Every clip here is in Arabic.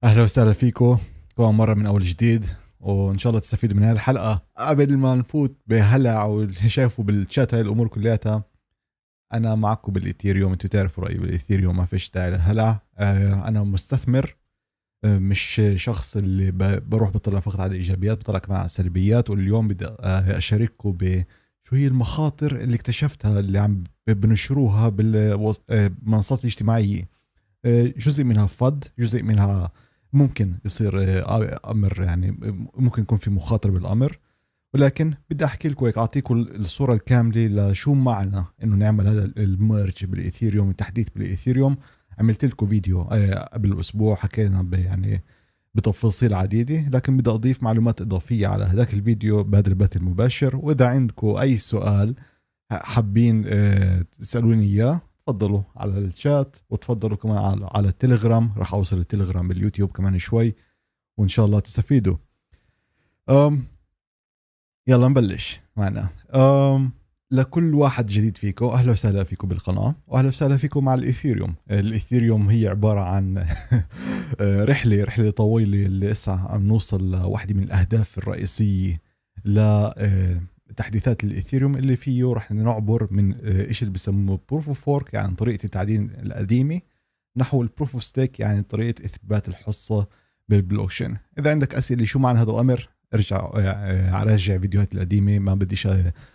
اهلا وسهلا فيكم كمان مره من اول جديد، وان شاء الله تستفيدوا من هاي الحلقه. قبل ما نفوت بهلع واللي شايفه بالشات هاي الامور كلياتها، انا معكم بالاثيريوم. انتوا تعرفوا رايي بالاثيريوم، ما فيش داعي للهلع. انا مستثمر، مش شخص اللي بروح بطلع فقط على الايجابيات، بطلع كمان على السلبيات. واليوم بدي اشارككم بشو هي المخاطر اللي اكتشفتها اللي عم بنشروها بالمنصات الاجتماعيه. جزء منها فض، جزء منها ممكن يصير امر، يعني ممكن يكون في مخاطره بالامر. ولكن بدي احكي لكم هيك، اعطيكم الصوره الكامله لشو معنى انه نعمل هذا الميرج بالايثيريوم، التحديث بالايثيريوم. عملت لكم فيديو قبل اسبوع، حكينا يعني بتفاصيل عديده، لكن بدي اضيف معلومات اضافيه على هذاك الفيديو بهذا البث المباشر. واذا عندكم اي سؤال حابين تسالوني اياه، تفضلوا على الشات، وتفضلوا كمان على التليجرام. راح اوصل التليجرام باليوتيوب كمان شوي، وان شاء الله تستفيدوا. أم يلا نبلش معنا. لكل واحد جديد فيكم، اهلا وسهلا فيكم بالقناه، واهلا وسهلا فيكم مع الايثيريوم. الايثيريوم هي عباره عن رحله طويله اللي لسه عم نوصل لواحده من الاهداف الرئيسيه لتحديثات الايثيريوم، اللي فيه رح نعبر من شيء اللي بسموه بروف اوف وورك، يعني طريقه التعدين القديمه، نحو البروف اوف ستيك، يعني طريقه اثبات الحصه بالبلوكشين. اذا عندك اسئله شو معنى هذا الامر، ارجع راجع فيديوهات القديمه. ما بديش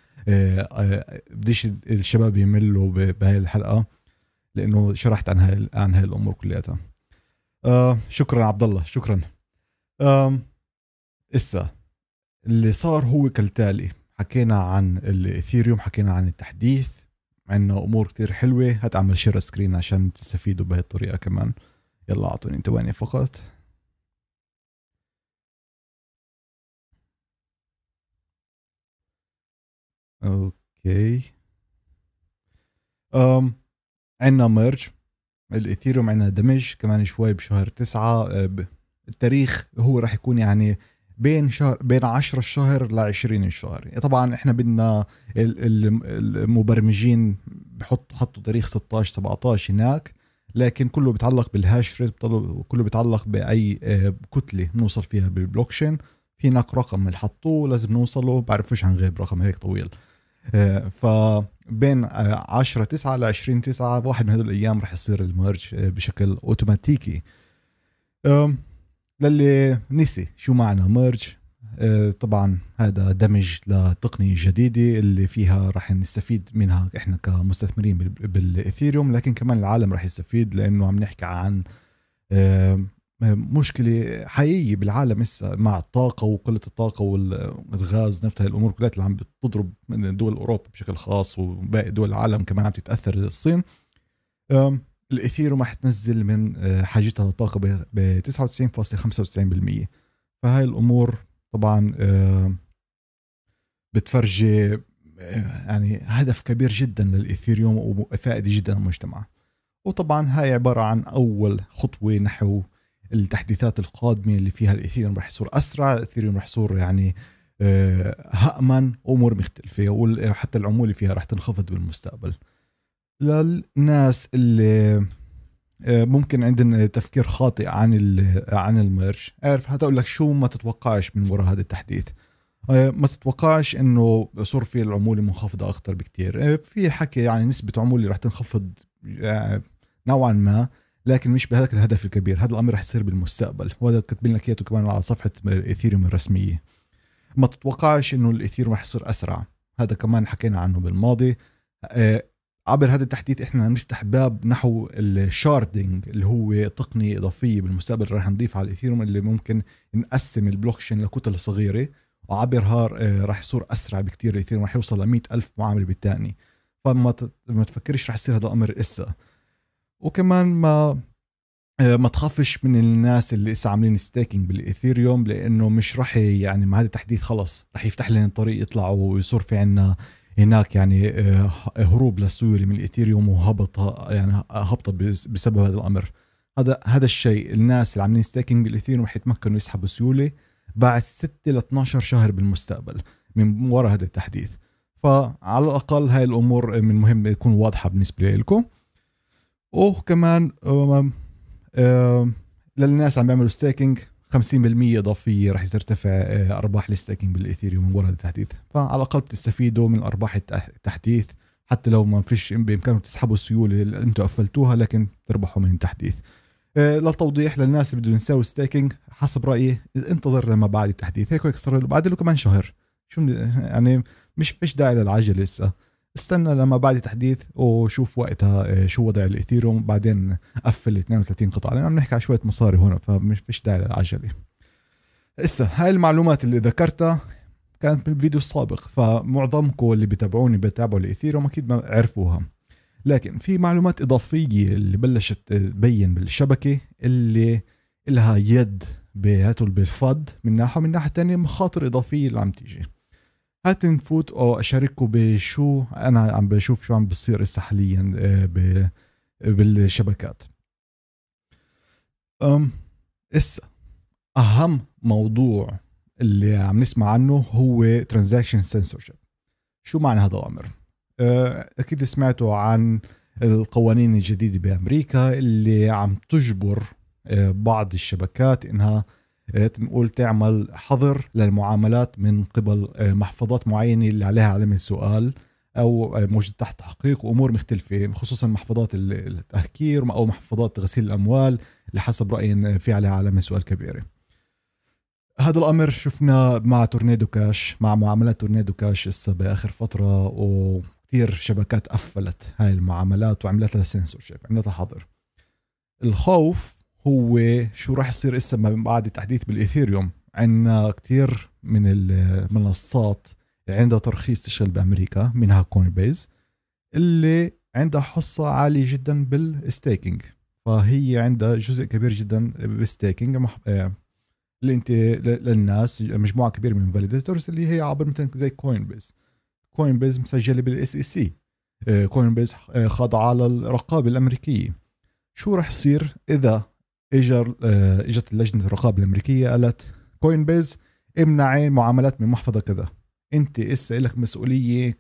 بديش الشباب يملوا بهاي الحلقه، لانه شرحت عن هاي الامور كلياتها. شكرا عبد الله، شكرا. آم اسا اللي صار هو كالتالي: حكينا عن الاثيريوم، حكينا عن التحديث، عندنا امور كتير حلوه. هتعمل شير سكرين عشان تستفيدوا بهي الطريقه كمان. يلا اعطوني ثواني فقط. اوكي. أم عندنا ميرج الاثيريوم، عندنا دمج كمان شوي بشهر 9. التاريخ هو راح يكون يعني بين 10 الشهر ل 20 الشهر. طبعا احنا بدنا المبرمجين حطوا تاريخ 16 17 هناك، لكن كله بيتعلق بالهاش ريت، كله بيتعلق باي كتله نوصل فيها بالبلوكشين. في هناك رقم اللي حطوه لازم نوصله، بعرفوش عن غيب رقم هيك طويل. فبين 10/9 ل 20/9 واحد من هدول الأيام رح يصير الميرج بشكل أوتوماتيكي. للي نسي شو معنى ميرج، طبعا هذا دمج لتقنية جديدة اللي فيها رح نستفيد منها احنا كمستثمرين بالاثيريوم، لكن كمان العالم رح يستفيد، لانه عم نحكي عن مشكلة حقيقية بالعالم هسه مع الطاقة وقلة الطاقة والغاز نفط. هاي الأمور كلها اللي عم بتضرب من دول أوروبا بشكل خاص، وباقي دول العالم كمان عم تتأثر. الصين الإثيريوم رح تنزل من حاجتها للطاقة ب 99.95%. فهاي الأمور طبعا بتفرجي يعني هدف كبير جدا للإثيريوم وفائدة جدا للمجتمع. وطبعا هاي عبارة عن أول خطوة نحو التحديثات القادمة اللي فيها الإثيريوم رح يصير أسرع، الإثيريوم رح يصير يعني هأمن، أمور مختلفة، وحتى العمولة فيها رح تنخفض بالمستقبل. للناس اللي ممكن عندنا تفكير خاطئ عن الميرج، عارف هتقول لك شو ما تتوقعش من وراء هذا التحديث. ما تتوقعش انه صار في العمولة منخفضة اكتر بكتير. في حكي يعني نسبة عمولة رح تنخفض نوعا ما، لكن مش بهذا الهدف الكبير. هذا الامر رح يصير بالمستقبل، وهذا كاتبين لك اياه كمان على صفحة الاثيريوم الرسمية. ما تتوقعش انه الاثيريوم رح يصير اسرع، هذا كمان حكينا عنه بالماضي. عبر هذا التحديث احنا نفتح باب نحو الشاردنج، اللي هو تقنية اضافية بالمستقبل رح نضيف على الاثيريوم، اللي ممكن نقسم البلوكشين لكتل صغيرة، وعبرها راح يصير اسرع بكتير. الاثيريوم راح يوصل ل 100,000 معامله بالثاني. فما تفكرش راح يصير هذا الامر اسا. وكمان ما تخافش من الناس اللي لسه عاملين ستيكينج بالاثيريوم، لانه مش راح يعني مع هذا التحديث خلص راح يفتح لنا الطريق يطلعوا ويصير في عنا هناك يعني هروب للسيوله من الاثيريوم وهبط، يعني هبطه بسبب هذا الامر. هذا الشيء الناس اللي عاملين ستيكينج بالاثيريوم رح يتمكنوا يسحبوا سيوله بعد 6 ل 12 شهر بالمستقبل من وراء هذا التحديث. فعلى الأقل هاي الأمور من مهم تكون واضحة بالنسبة لكم. وكمان للناس عم بيعملوا ستيكينج 50% إضافية رح ترتفع أرباح الستيكينج بالإثيريوم من وراء التحديث. فعلى الأقل بتستفيدوا من أرباح التحديث، حتى لو ما فيش بإمكانكم تسحبوا السيولة اللي أنتم قفلتوها، لكن تربحوا من التحديث. للتوضيح للناس اللي بدهم يسوي ستيكينج، حسب رأيي انتظر لما بعد التحديث، هيك صار بعد له كمان شهر، شو يعني مش فيش داعي للعجل لسه. استنى لما بعد التحديث وشوف وقتها شو وضع الإثيريوم، بعدين قفل 32 قطعة، لأن عم نحكي على شوية مصاري هنا، فمش فيش داعي للعجلة. هسه هاي المعلومات اللي ذكرتها كانت بالفيديو السابق، فمعظمكم اللي بتابعوا الإثيريوم أكيد ما عرفوها. لكن في معلومات إضافية اللي بلشت تبين بالشبكة اللي لها يد بالفض من ناحية، ومن ناحية تانية مخاطر إضافية اللي عم تيجي. هات نفوت أو أشارككم بشو أنا عم بشوف شو عم بصير إسا حاليا بالشبكات. إسا أهم موضوع اللي عم نسمع عنه هو transaction censorship. شو معنى هذا الأمر؟ أكيد سمعتوا عن القوانين الجديدة بأمريكا اللي عم تجبر بعض الشبكات إنها نقول تعمل حظر للمعاملات من قبل محفظات معينة اللي عليها علامة سؤال أو موجود تحت تحقيق، وأمور مختلفة، خصوصا محفظات التهكير أو محفظات غسيل الأموال اللي حسب رأيي في عليها علامة سؤال كبيرة. هذا الأمر شفنا مع تورنيدو كاش، مع معاملات تورنيدو كاش إسا بآخر فترة، وكتير شبكات قفلت هاي المعاملات وعملت لها سنسورشيب، عملت لها حظر. الخوف هو شو راح يصير إسا بعد التحديث بالإثيريوم. عندنا كتير من المنصات اللي عندها ترخيص تشتغل بأمريكا، منها كوين بيز اللي عندها حصة عالية جدا بالستيكينج، فهي عندها جزء كبير جدا بالستيكينج اللي انت للناس مجموعه كبيره من فاليديتورز اللي هي عبر مثلا زي كوين بيز مسجله بالاس اي سي. كوين بيز خاضعه للرقابه الامريكيه. شو راح يصير اذا اجت لجنه الرقابه الامريكيه قالت كوين بيز امنعي معاملات من محفظه كذا؟ انت اسا لك مسؤوليه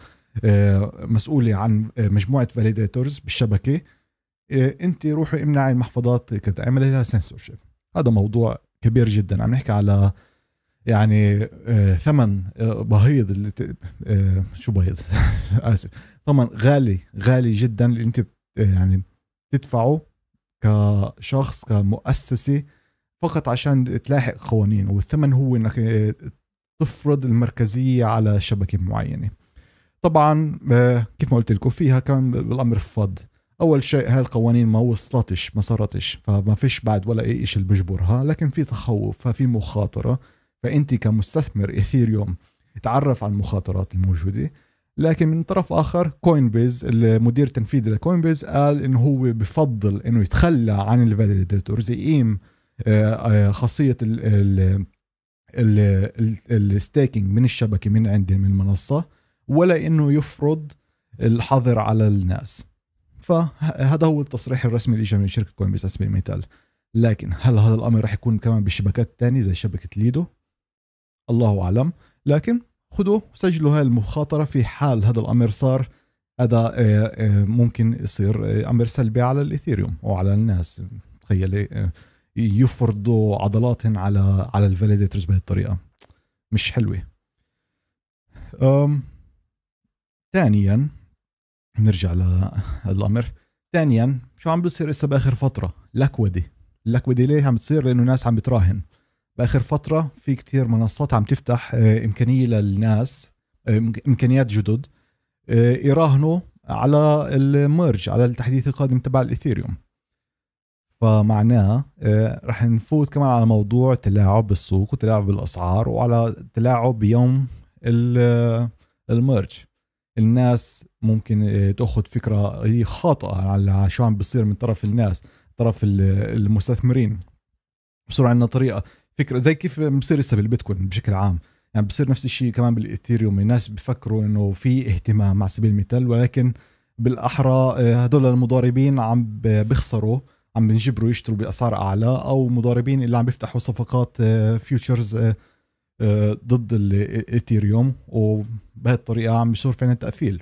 مسؤولة عن مجموعه فاليديتورز بالشبكه، انت روحي امنعي المحفظات كذا، اعملي لها سنسورشيب. هذا موضوع كبير جدا، عم نحكي على يعني ثمن بهيض اللي شو بهيض آسف، ثمن غالي جدا اللي انت يعني تدفعه كشخص كمؤسسة فقط عشان تلاحق قوانين، والثمن هو انك تفرض المركزية على شبكة معينة. طبعا كيف ما قلت لكم فيها كمان بالأمر فض. أول شيء هاي القوانين ما صارتش، فما فيش بعد ولا أي شيء اللي بجبرها، لكن في تخوف، ففي مخاطرة، فأنت كمستثمر إثيريوم تعرف على المخاطرات الموجودة. لكن من طرف آخر كوين بيز المدير التنفيذي لكوين بيز قال إنه هو بفضل إنه يتخلى عن الفاليديتورز، يقيم خاصية الستيكينج من الشبكة من عند من المنصة، ولا إنه يفرض الحظر على الناس. فهذا هو التصريح الرسمي اللي اجى من شركه كوين بيس على سبيل المثال. لكن هل هذا الامر راح يكون كمان بالشبكات الثانيه زي شبكه ليدو؟ الله اعلم. لكن خذوا سجلوا هاي المخاطره، في حال هذا الامر صار هذا ممكن يصير امر سلبي على الاثيريوم وعلى الناس. تخيلي يفرضوا عضلاتهم على الفاليديتورز بهذه الطريقه، مش حلوه. ثانيا نرجع لهذا الأمر. ثانيا شو عم بيصير إسا بآخر فترة؟ الأكودي ليه عم بتصير؟ لأنه ناس عم بتراهن. بآخر فترة في كتير منصات عم تفتح إمكانية للناس، إمكانيات جدد يراهنوا على الميرج، على التحديث القادم تبع الإثيريوم. فمعناه رح نفوت كمان على موضوع تلاعب بالسوق وتلاعب بالأسعار وعلى تلاعب بيوم الميرج. الناس ممكن تأخذ فكرة خاطئة على شو عم بيصير من طرف الناس، طرف المستثمرين. بصير عندنا طريقة فكرة زي كيف بصير لسه بالبيتكوين بشكل عام، يعني بصير نفس الشيء كمان بالإثيريوم. الناس بفكروا إنه في اهتمام مع سبيل المثال، ولكن بالأحرى هدول المضاربين عم بيخسروا، عم بنجبروا يشتروا بأسعار أعلى، أو مضاربين اللي عم بيفتحوا صفقات فيوتشرز ضد الإثيريوم، وبهذه الطريقة عم بيصير فينا تقفيل.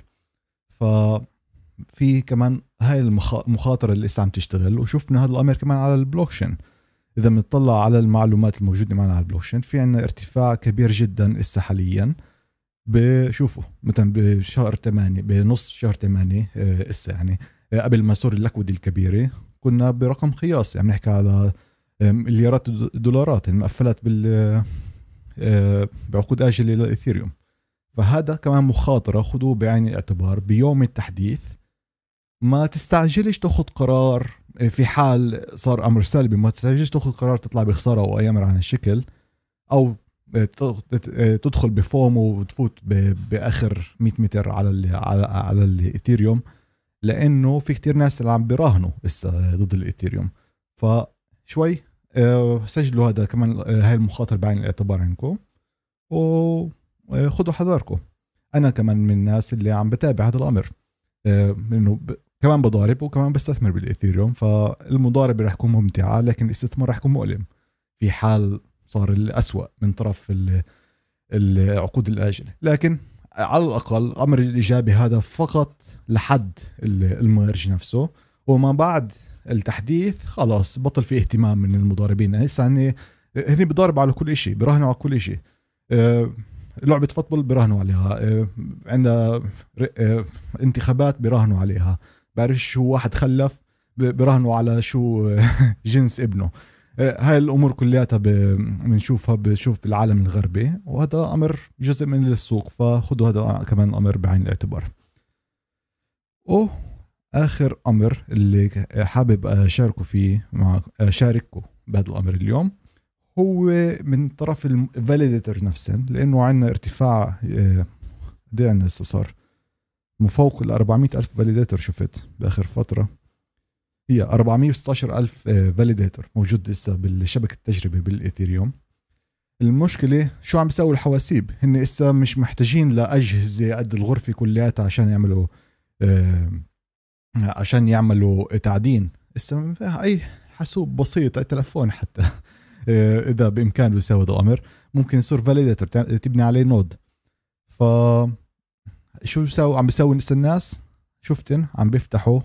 ففي كمان هاي المخاطرة اللي لسه عم تشتغل. وشفنا هذا الأمر كمان على البلوكشين. إذا بنطلع على المعلومات الموجودة معنا على البلوكشين، في عنا ارتفاع كبير جدا إسا حاليا. بشوفوا مثلا بشهر 8 بنص شهر 8 إسا يعني قبل ما صار الأكودي الكبيرة كنا برقم قياسي، عم نحكي على مليارات الدولارات المقفلات بعقود آجلة للإثيريوم. فهذا كمان مخاطرة، خذوه بعين الاعتبار بيوم التحديث. ما تستعجلش تاخذ قرار في حال صار أمر سلبي، ما تستعجلش تاخذ قرار تطلع بخسارة أو أي أمر عن الشكل، أو تدخل بفوم وتفوت بآخر 100 متر على الإثيريوم، لأنه في كتير ناس اللي عم براهنوا لسه ضد الإثيريوم. فشوي سجلوا هذا كمان، هاي المخاطر بعين الاعتبار عندكم وخذوا حذركم. أنا كمان من الناس اللي عم بتابع هذا الأمر، لأنه كمان بضارب وكمان بستثمر بالإثيريوم. فالمضاربة رح تكون ممتعة، لكن الاستثمار رح يكون مؤلم في حال صار الأسوأ من طرف العقود الآجلة. لكن على الأقل الأمر الإيجابي هذا فقط لحد الميرج نفسه، وما بعد التحديث خلاص بطل في اهتمام من المضاربين. هسه هني بضارب على كل إشي، براهنوا على كل إشي. لعبة فوتبول براهنوا عليها، عندنا انتخابات براهنوا عليها، بعرف شو واحد خلف براهنوا على شو جنس ابنه. هاي الأمور كلياتها بنشوفها بالعالم الغربي، وهذا أمر جزء من السوق. فخذوا هذا كمان أمر بعين الاعتبار. آخر أمر اللي حابب أشاركه فيه أشاركه بهذا الأمر اليوم هو من طرف الفاليديتور نفسهم، لأنه عندنا ارتفاع دي عندنا صار مفوق 400,000 فاليديتور. شفت بآخر فترة هي 416,000 فاليديتور موجود لسه بالشبكة التجربة بالإثيريوم. المشكلة شو عم بيسوي الحواسيب؟ هن لسه مش محتاجين لأجهزة قد الغرفة كلياتها عشان يعملوا تعدين. لسه أي حاسوب بسيط، أي تلفون حتى إذا بإمكانه يسوي هذا الأمر، ممكن يصير فاليديتور تبني عليه نود. شو عم بيسوي الناس؟ شفتن عم بيفتحوا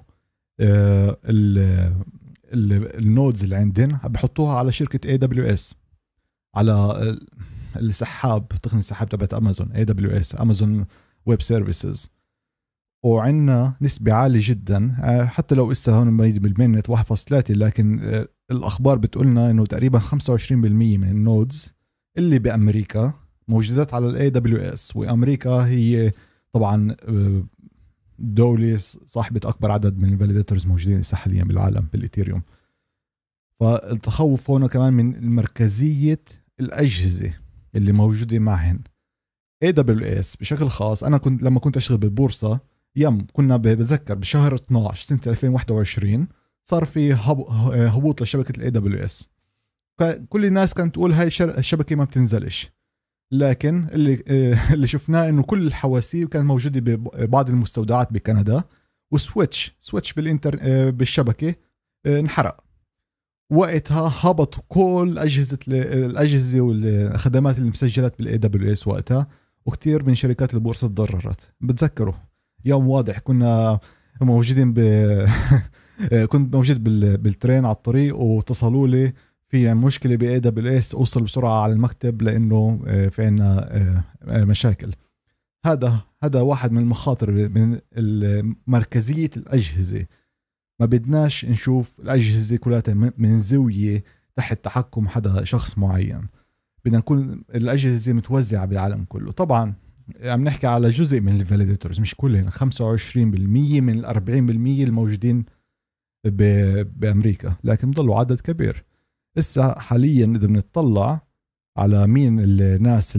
النودز اللي عندنا بحطوها على شركة AWS، على السحاب، تقنية السحاب تبعت أمازون، AWS أمازون ويب سيرفيسز. وعندنا نسبة عالية جدا، حتى لو إسا هون بالمينت 1.3، لكن الأخبار بتقولنا إنه تقريبا 25% من النودز اللي بأمريكا موجودات على AWS. وأمريكا هي طبعا دولة صاحبة أكبر عدد من الفاليديتورز موجودين حاليا بالعالم بالإثيريوم. فالتخوف هنا كمان من المركزية الأجهزة اللي موجودة معهن. AWS بشكل خاص، أنا لما كنت أشتغل بالبورصة كنا بذكر بشهر 12 سنة 2021 صار في هبوط لشبكة AWS. كل الناس كانت تقول هاي الشبكة ما بتنزلش، لكن اللي شفناه انه كل الحواسيب كانت موجوده ببعض المستودعات بكندا، وسويتش بالشبكه انحرق. وقتها هبطوا كل الاجهزه والخدمات اللي مسجلت AWS وقتها، وكتير من شركات البورصه تضررت. بتذكروا يوم واضح كنا موجودين كنت موجود بالترين على الطريق واتصلوا لي في مشكلة AWS، أوصل بسرعة على المكتب لأنه في عنا مشاكل. هذا واحد من المخاطر من مركزية الأجهزة. ما بدناش نشوف الأجهزة كلها من زاوية تحت تحكم شخص معين. بدنا نكون الأجهزة متوزعة بالعالم كله. طبعا عم نحكي على جزء من الفاليديتورز، مش كلهم، 25% من 40% الموجودين بأمريكا، لكن ضلوا عدد كبير. لسه حاليا إذا بنطلع على مين الناس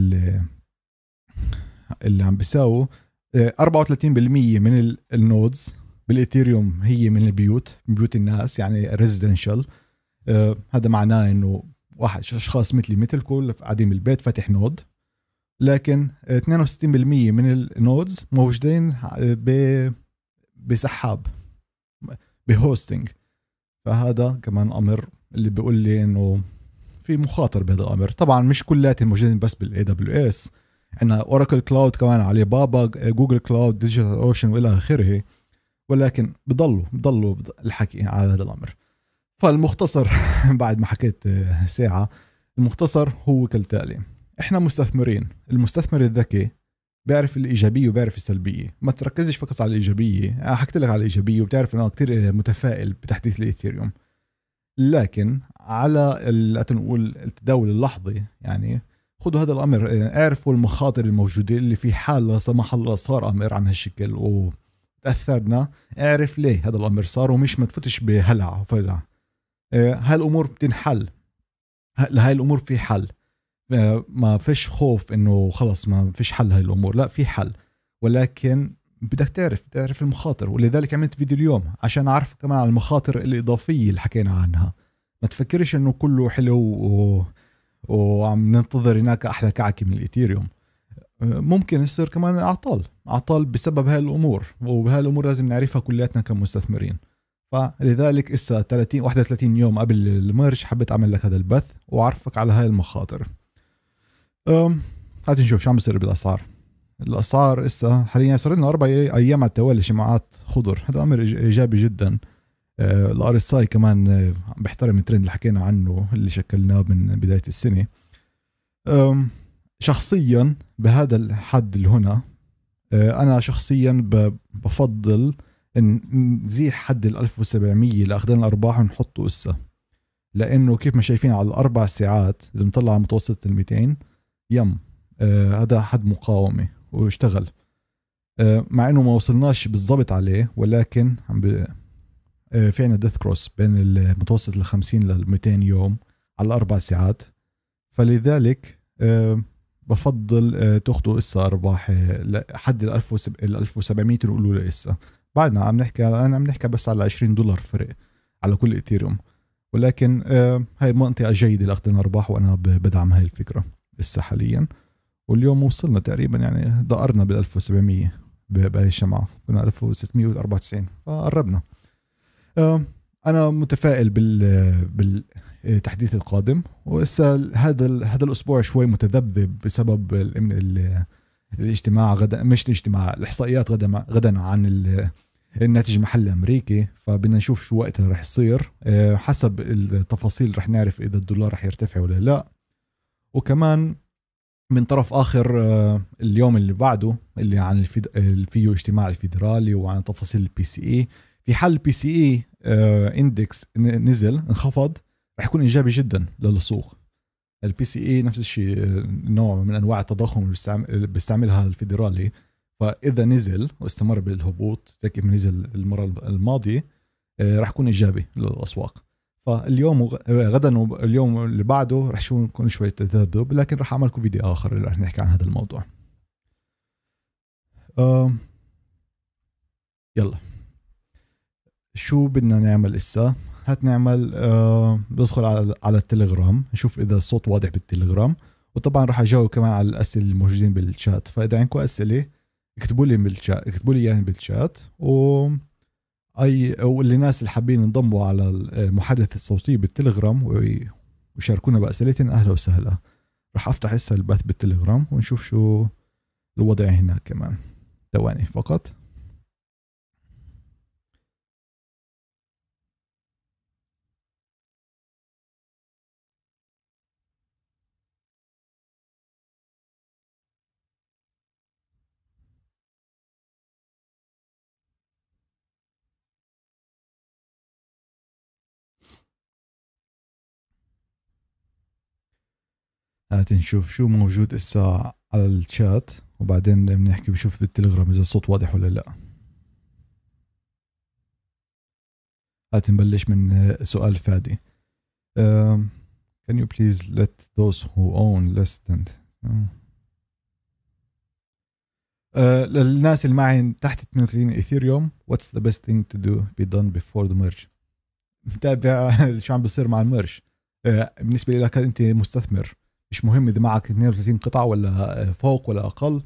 اللي عم بيساووا 34% من النودز بالإثيريوم هي من بيوت الناس، يعني ريزيدنشال. هذا معناه إنه واحد أشخاص مثلكم قاعدين بالبيت فاتح نود. لكن 62% من النودز موجودين بسحاب بهوستنج. فهذا كمان أمر اللي بيقول لي إنه في مخاطر بهذا الأمر. طبعا مش كلاتهم موجودين بس AWS، عندنا أوراكل كلاود كمان، علي بابا، جوجل كلاود، ديجيتال أوشن وإلى آخره. ولكن بضلوا الحكي على هذا الأمر. فالمختصر بعد ما حكيت ساعة، المختصر هو كالتالي: احنا مستثمرين. المستثمر الذكي بيعرف الإيجابية وبيعرف السلبية. ما تركزش فقط على الإيجابية. حكيت لك على الإيجابية وبتعرف أنه كتير متفائل بتحديث الإيثيريوم، لكن على نقول التداول اللحظي يعني خذوا هذا الأمر، اعرفوا المخاطر الموجودة اللي في حال لا سمح الله صار أمر عن هالشكل وتأثرنا، اعرف ليه هذا الأمر صار ومش ما تفتش بهلع وفزع. هاي الأمور بتنحل، لهاي الأمور في حل. ما فيش خوف إنه خلص ما فيش حل هاي الأمور، لا في حل، ولكن بدك تعرف المخاطر. ولذلك عملت فيديو اليوم عشان أعرف كمان على المخاطر الإضافية اللي حكينا عنها. ما تفكرش إنه كله حلو وعم ننتظر هناك أحلى كعكة من الإيثيريوم. ممكن يصير كمان أعطال بسبب هاي الأمور، وبهاي الأمور لازم نعرفها كلياتنا كمستثمرين. فلذلك إسا 31 يوم قبل الميرج حبيت أعمل لك هذا البث وأعرفك على هاي المخاطر. هات نشوف شو عم بصير بالأسعار. الأسعار إسا حاليا صار لنا 4 أيام على التوالي شماعات خضر، هذا أمر إيجابي جدا. الار اس اي كمان عم بيحترم الترند اللي حكينا عنه اللي شكلناه من بداية السنة. شخصيا بهذا الحد اللي هنا أنا شخصيا بفضل نزيح حد 1700 لأخذنا الأرباح ونحطه إسا، لأنه كيف ما شايفين على الأربع ساعات إذا مطلع متوسط 200 هذا حد مقاومة واشتغل. مع إنه ما وصلناش بالضبط عليه، ولكن في عنا ديث كروس بين المتوسط 50 ل 200 يوم على الأربع ساعات. فلذلك بفضل تاخذوا إسا أرباح لحد 1700 نقولوا له إسا. بعدنا أنا عم نحكي بس على $20 فرق على كل إيثيريوم، ولكن هاي منطقة جيدة لأخذنا أرباح، وأنا بدعم هاي الفكرة لسه حاليا. واليوم وصلنا تقريبا يعني دقرنا بال 1700 بهاي الشمعة، كنا 1694 فقربنا. أنا متفائل بالتحديث القادم. وإسا هذا الأسبوع شوي متذبذب بسبب الاجتماع غدا، مش الاجتماع، الإحصائيات غدا عن الناتج المحلي الأمريكي. فبدنا نشوف شو وقتها رح يصير، حسب التفاصيل رح نعرف إذا الدولار رح يرتفع ولا لا. وكمان من طرف آخر اليوم اللي بعده اللي عن فيه اجتماع الفيدرالي وعن تفاصيل البي سي اي. في حال البي سي اي اندكس نزل انخفض رح يكون إيجابي جدا للسوق. البي سي اي نفس الشيء، نوع من أنواع التضخم اللي بيستعملها الفيدرالي. فإذا نزل واستمر بالهبوط زي كيف نزل المرة الماضية رح يكون إيجابي للأسواق. فاليوم غدا واليوم اللي بعده رح يكون شوية تذبذب، لكن رح أعمل لكم فيديو آخر اللي رح نحكي عن هذا الموضوع. يلا شو بدنا نعمل إسا؟ هات نعمل بدخل على التليجرام نشوف إذا الصوت واضح بالتليجرام. وطبعا رح أجاوب كمان على الأسئلة الموجودين بالشات. فإذا عندكم أسئلة اكتبوا لي بالشات، اكتبوا لي يعني بالشات. واللي الناس اللي حابين ينضموا على المحادثة الصوتية بالتليجرام ويشاركونا بأسئلتهم أهلا وسهلا. رح أفتح هسه البث بالتليجرام ونشوف شو الوضع هناك كمان. ثواني فقط. هات نشوف شو موجود إسا على الشات، وبعدين بنحكي بشوف بالتليجرام إذا الصوت واضح ولا لا. هات نبلش من سؤال فادي. Can you please let those who own less than للناس اللي معي تحت 32 إيثيريوم what's the best thing to do be done before the merge؟ متابع شو عم بصير مع الميرج. بالنسبة لك أنت مستثمر، مش مهم إذا معك 32 قطعة ولا فوق ولا أقل.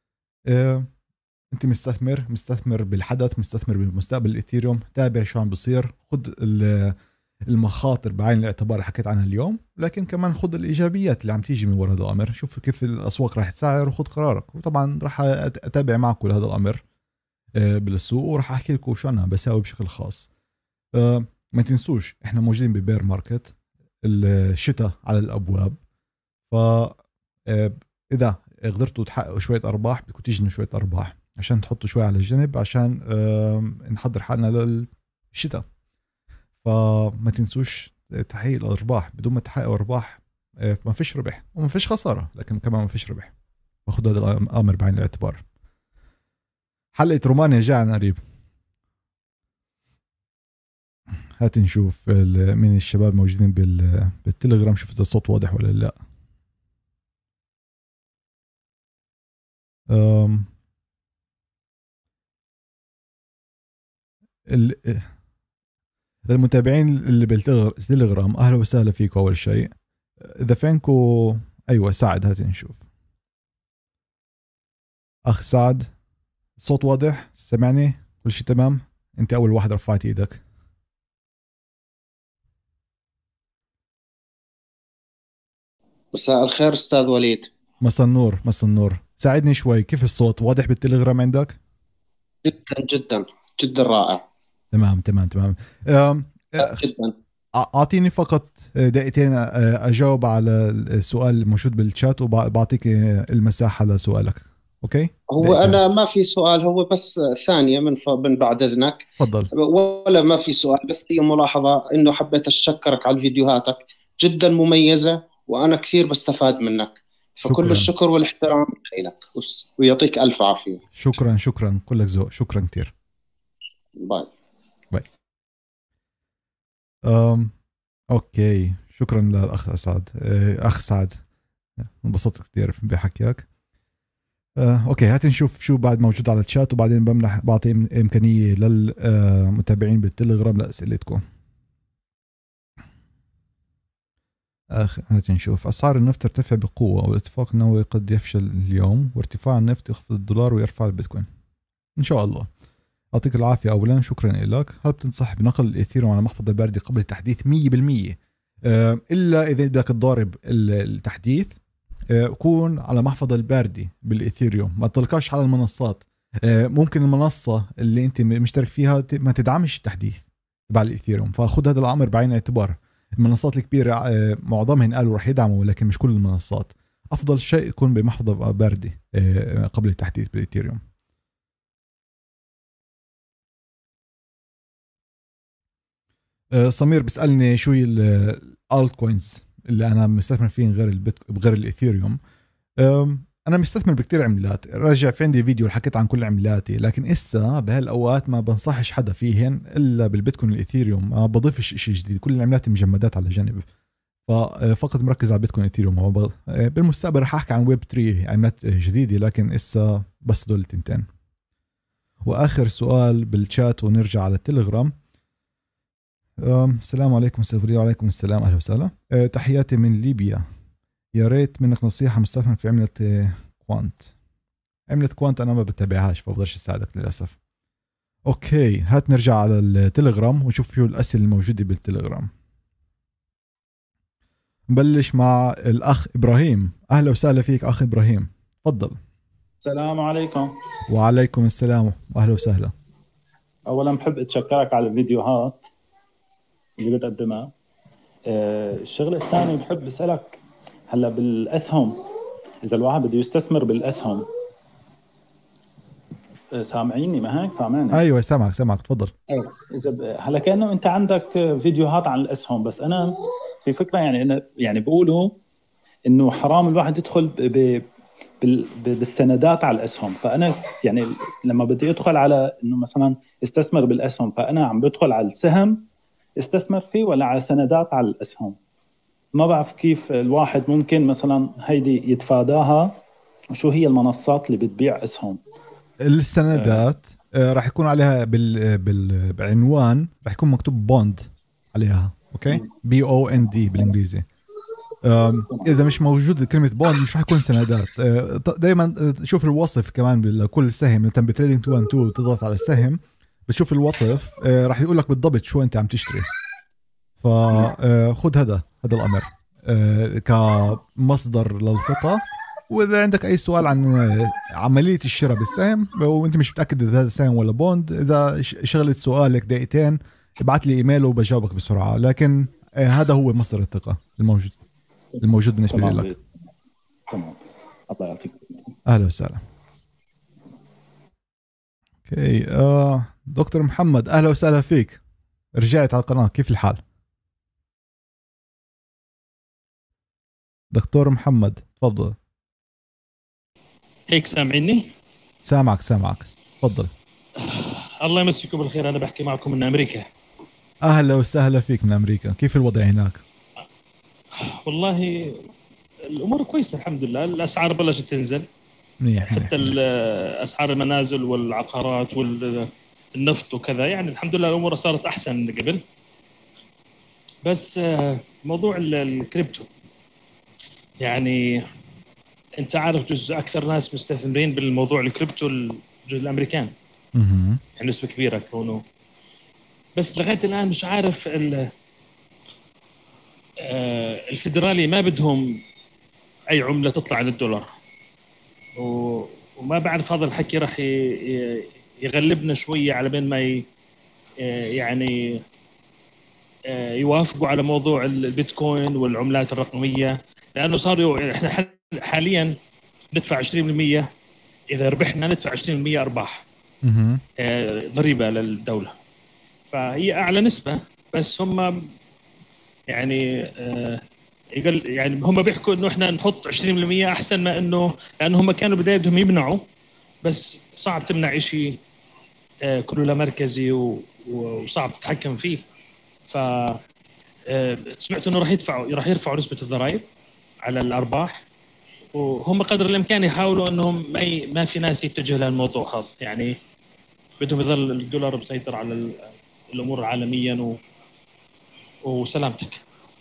أنت مستثمر بالحدث، مستثمر بالمستقبل الإيثيريوم. تابع شو عم بصير، خد المخاطر بعين الاعتبار اللي حكيت عنها اليوم، لكن كمان خد الإيجابيات اللي عم تيجي من وراء هذا الأمر. شوف كيف الأسواق راح تسعر وخد قرارك. وطبعا راح أتابع معكم هذا الأمر بالسوق، وراح أحكي لكم شو أنا بساوي بشكل خاص. ما تنسوش احنا موجودين ببير ماركت، الشتاء على الابواب. ف اذا قدرتوا تحققوا شويه ارباح بدكم تجنوا شويه ارباح عشان تحطوا شويه على الجنب عشان نحضر حالنا للشتاء. فما تنسوش تحقيق الارباح. بدون ما تحققوا ارباح ما فيش ربح وما فيش خساره، لكن كمان ما فيش ربح. باخذ هذا الامر بعين الاعتبار. حلقه رومانيا جاء قريب. هات نشوف مين الشباب موجودين بالتليجرام، شوف اذا الصوت واضح ولا لا. المتابعين اللي بالتليجرام اهلا وسهلا فيكم. اول شيء اذا فينكو ايوه سعد، هات نشوف. اخ سعد الصوت واضح؟ سمعني؟ كل شيء تمام؟ انت اول واحد رفعت ايدك. مساء الخير استاذ وليد. مسا النور، مسا النور. ساعدني شوي، كيف الصوت واضح بالتليجرام عندك؟ جدا جدا جدا رائع. تمام تمام تمام. جدا. اعطيني فقط دقيقتين اجاوب على السؤال الموجود بالشات وبعطيك المساحه لسؤالك. اوكي؟ هو دقيقتين. انا ما في سؤال، هو بس ثانيه من بعد اذنك. تفضل. ولا ما في سؤال، بس هي ملاحظه انه حبيت اشكرك على فيديوهاتك جدا مميزه، وانا كثير بستفاد منك. فكل شكرا الشكر والاحترام لك، ويعطيك الف عافيه. شكرا شكرا، كلك ذوق. شكرا كثير. باي. باي. اوكي، شكرا للاخ سعد. اخ سعد انبسطت كثير بحكيك. اوكي، هات نشوف شو بعد موجود على الشات، وبعدين بعطي امكانيه للمتابعين بالتليجرام لاسئلتكم. هات نشوف. اسعار النفط ترتفع بقوه، والاتفاق النووي قد يفشل اليوم، وارتفاع النفط يخفض الدولار ويرفع البيتكوين ان شاء الله. يعطيك العافيه. اولا شكرا لك. هل بتنصح بنقل الاثيريوم على محفظه باردة قبل التحديث؟ 100%. الا اذا بدك تضارب التحديث كون على محفظة الباردة بالاثيريوم، ما تطلقاش على المنصات. ممكن المنصة اللي انت مشترك فيها ما تدعمش التحديث تبع الاثيريوم، فخذ هذا الامر بعين الاعتبار. المنصات الكبيرة معظمهم قالوا رح يدعموا، لكن مش كل المنصات. افضل شيء يكون بمحفظة باردة قبل التحديث بالاثيريوم. سمير بيسألني شو هي الالت كوينز اللي انا مستثمر فيهم غير الاثيريوم. انا مستثمر بكتير عملات. راجع في عندي فيديو حكيت عن كل عملاتي، لكن اسا بهالاوقات ما بنصحش حدا فيهن الا بالبيتكوين والاثيريوم. ما بضيفش شيء جديد، كل العملات مجمدات على جنب. ففقط مركز على بيتكوين والاثيريوم. بالمستقبل رح احكي عن ويب 3 عملات جديده، لكن اسا بس دول التنتين. واخر سؤال بالشات ونرجع على التليجرام. السلام عليكم استاذ وليد. وعليكم السلام، اهلا وسهلا. تحياتي من ليبيا. يا ريت منك نصيحه، مستثمر في عمله كوانت. عمله كوانت انا ما بتابعهاش فبقدرش اساعدك للاسف. اوكي، هات نرجع على التليجرام ونشوف فيه الاسئله الموجوده بالتليجرام. نبلش مع الاخ ابراهيم. اهلا وسهلا فيك اخ ابراهيم، تفضل. السلام عليكم. وعليكم السلام واهلا وسهلا. اولا بحب اتشكرك على الفيديوهات اللي بتقدمها. الشغله الثانيه بحب اسالك هلا بالاسهم، اذا الواحد بده يستثمر بالاسهم. سامعيني؟ ما هيك سامعني؟ ايوه سامعك تفضل. هلا كانه انت عندك فيديوهات عن الاسهم، بس انا في فكره يعني أنا يعني بيقولوا انه حرام الواحد يدخل بالسندات على الاسهم. فانا يعني لما بدي ادخل على انه مثلا استثمر بالاسهم، فانا عم بدخل على السهم استثمر فيه ولا على سندات على الاسهم؟ ما بعرف كيف الواحد ممكن مثلا هيدي يتفاداها، وشو هي المنصات اللي بتبيع اسهم. السندات راح يكون عليها بالعنوان راح يكون مكتوب بوند عليها. اوكي، BOND بالانجليزي. اذا مش موجود كلمه بوند مش راح يكون سندات. دائما شوف الوصف كمان بكل سهم. انت بتريدينج 212 تضغط على السهم بتشوف الوصف، راح يقول لك بالضبط شو انت عم تشتري. فخذ هذا الامر كمصدر للثقه. واذا عندك اي سؤال عن عمليه الشراء بالسهم وانت مش متاكد اذا هذا سهم ولا بوند، اذا شغلت سؤالك دقيقتين ابعت لي ايميل وبجاوبك بسرعه. لكن هذا هو مصدر الثقه الموجود بالنسبه تمام لك. تمام، الله يعطيك. اهلا وسهلا. اوكي دكتور محمد اهلا وسهلا فيك، رجعت على القناه، كيف الحال؟ دكتور محمد تفضل. هيك سامعني؟ سامعك تفضل. الله يمسكم بالخير، أنا بحكي معكم من أمريكا. أهلا وسهلا فيك من أمريكا، كيف الوضع هناك؟ والله الأمور كويسة الحمد لله، الأسعار بلشت تنزل منيح حتى أسعار المنازل والعقارات والنفط وكذا، يعني الحمد لله الأمور صارت أحسن من قبل. بس موضوع الكريبتو، يعني أنت عارف جزء أكثر ناس مستثمرين بالموضوع الكريبتو الجزء الأمريكان، يعني نسبة كبيرة كونه. بس لغاية الآن مش عارف الفيدرالي ما بدهم أي عملة تطلع عن الدولار، وما بعرف هذا الحكي راح يغلبنا شوية على بين ما يعني يوافقوا على موضوع البيتكوين والعملات الرقمية، لأنه صاروا إحنا حاليا ندفع 20%، إذا ربحنا ندفع 20% أرباح ضريبة للدولة، فهي أعلى نسبة. بس هم يعني يعني هم بيحكوا انه احنا نحط 20% احسن ما انه، لانه هم كانوا بدايتهم يمنعوا، بس صعب تمنع شيء كله لا مركزي وصعب تتحكم فيه. ف سمعت انه راح يرفعوا نسبة الضرائب على الارباح، وهم قدر الامكان يحاولوا انهم ما في ناس يتجه للموضوع هذا، يعني بدهم يظل الدولار مسيطر على الامور عالميا وسلامتك.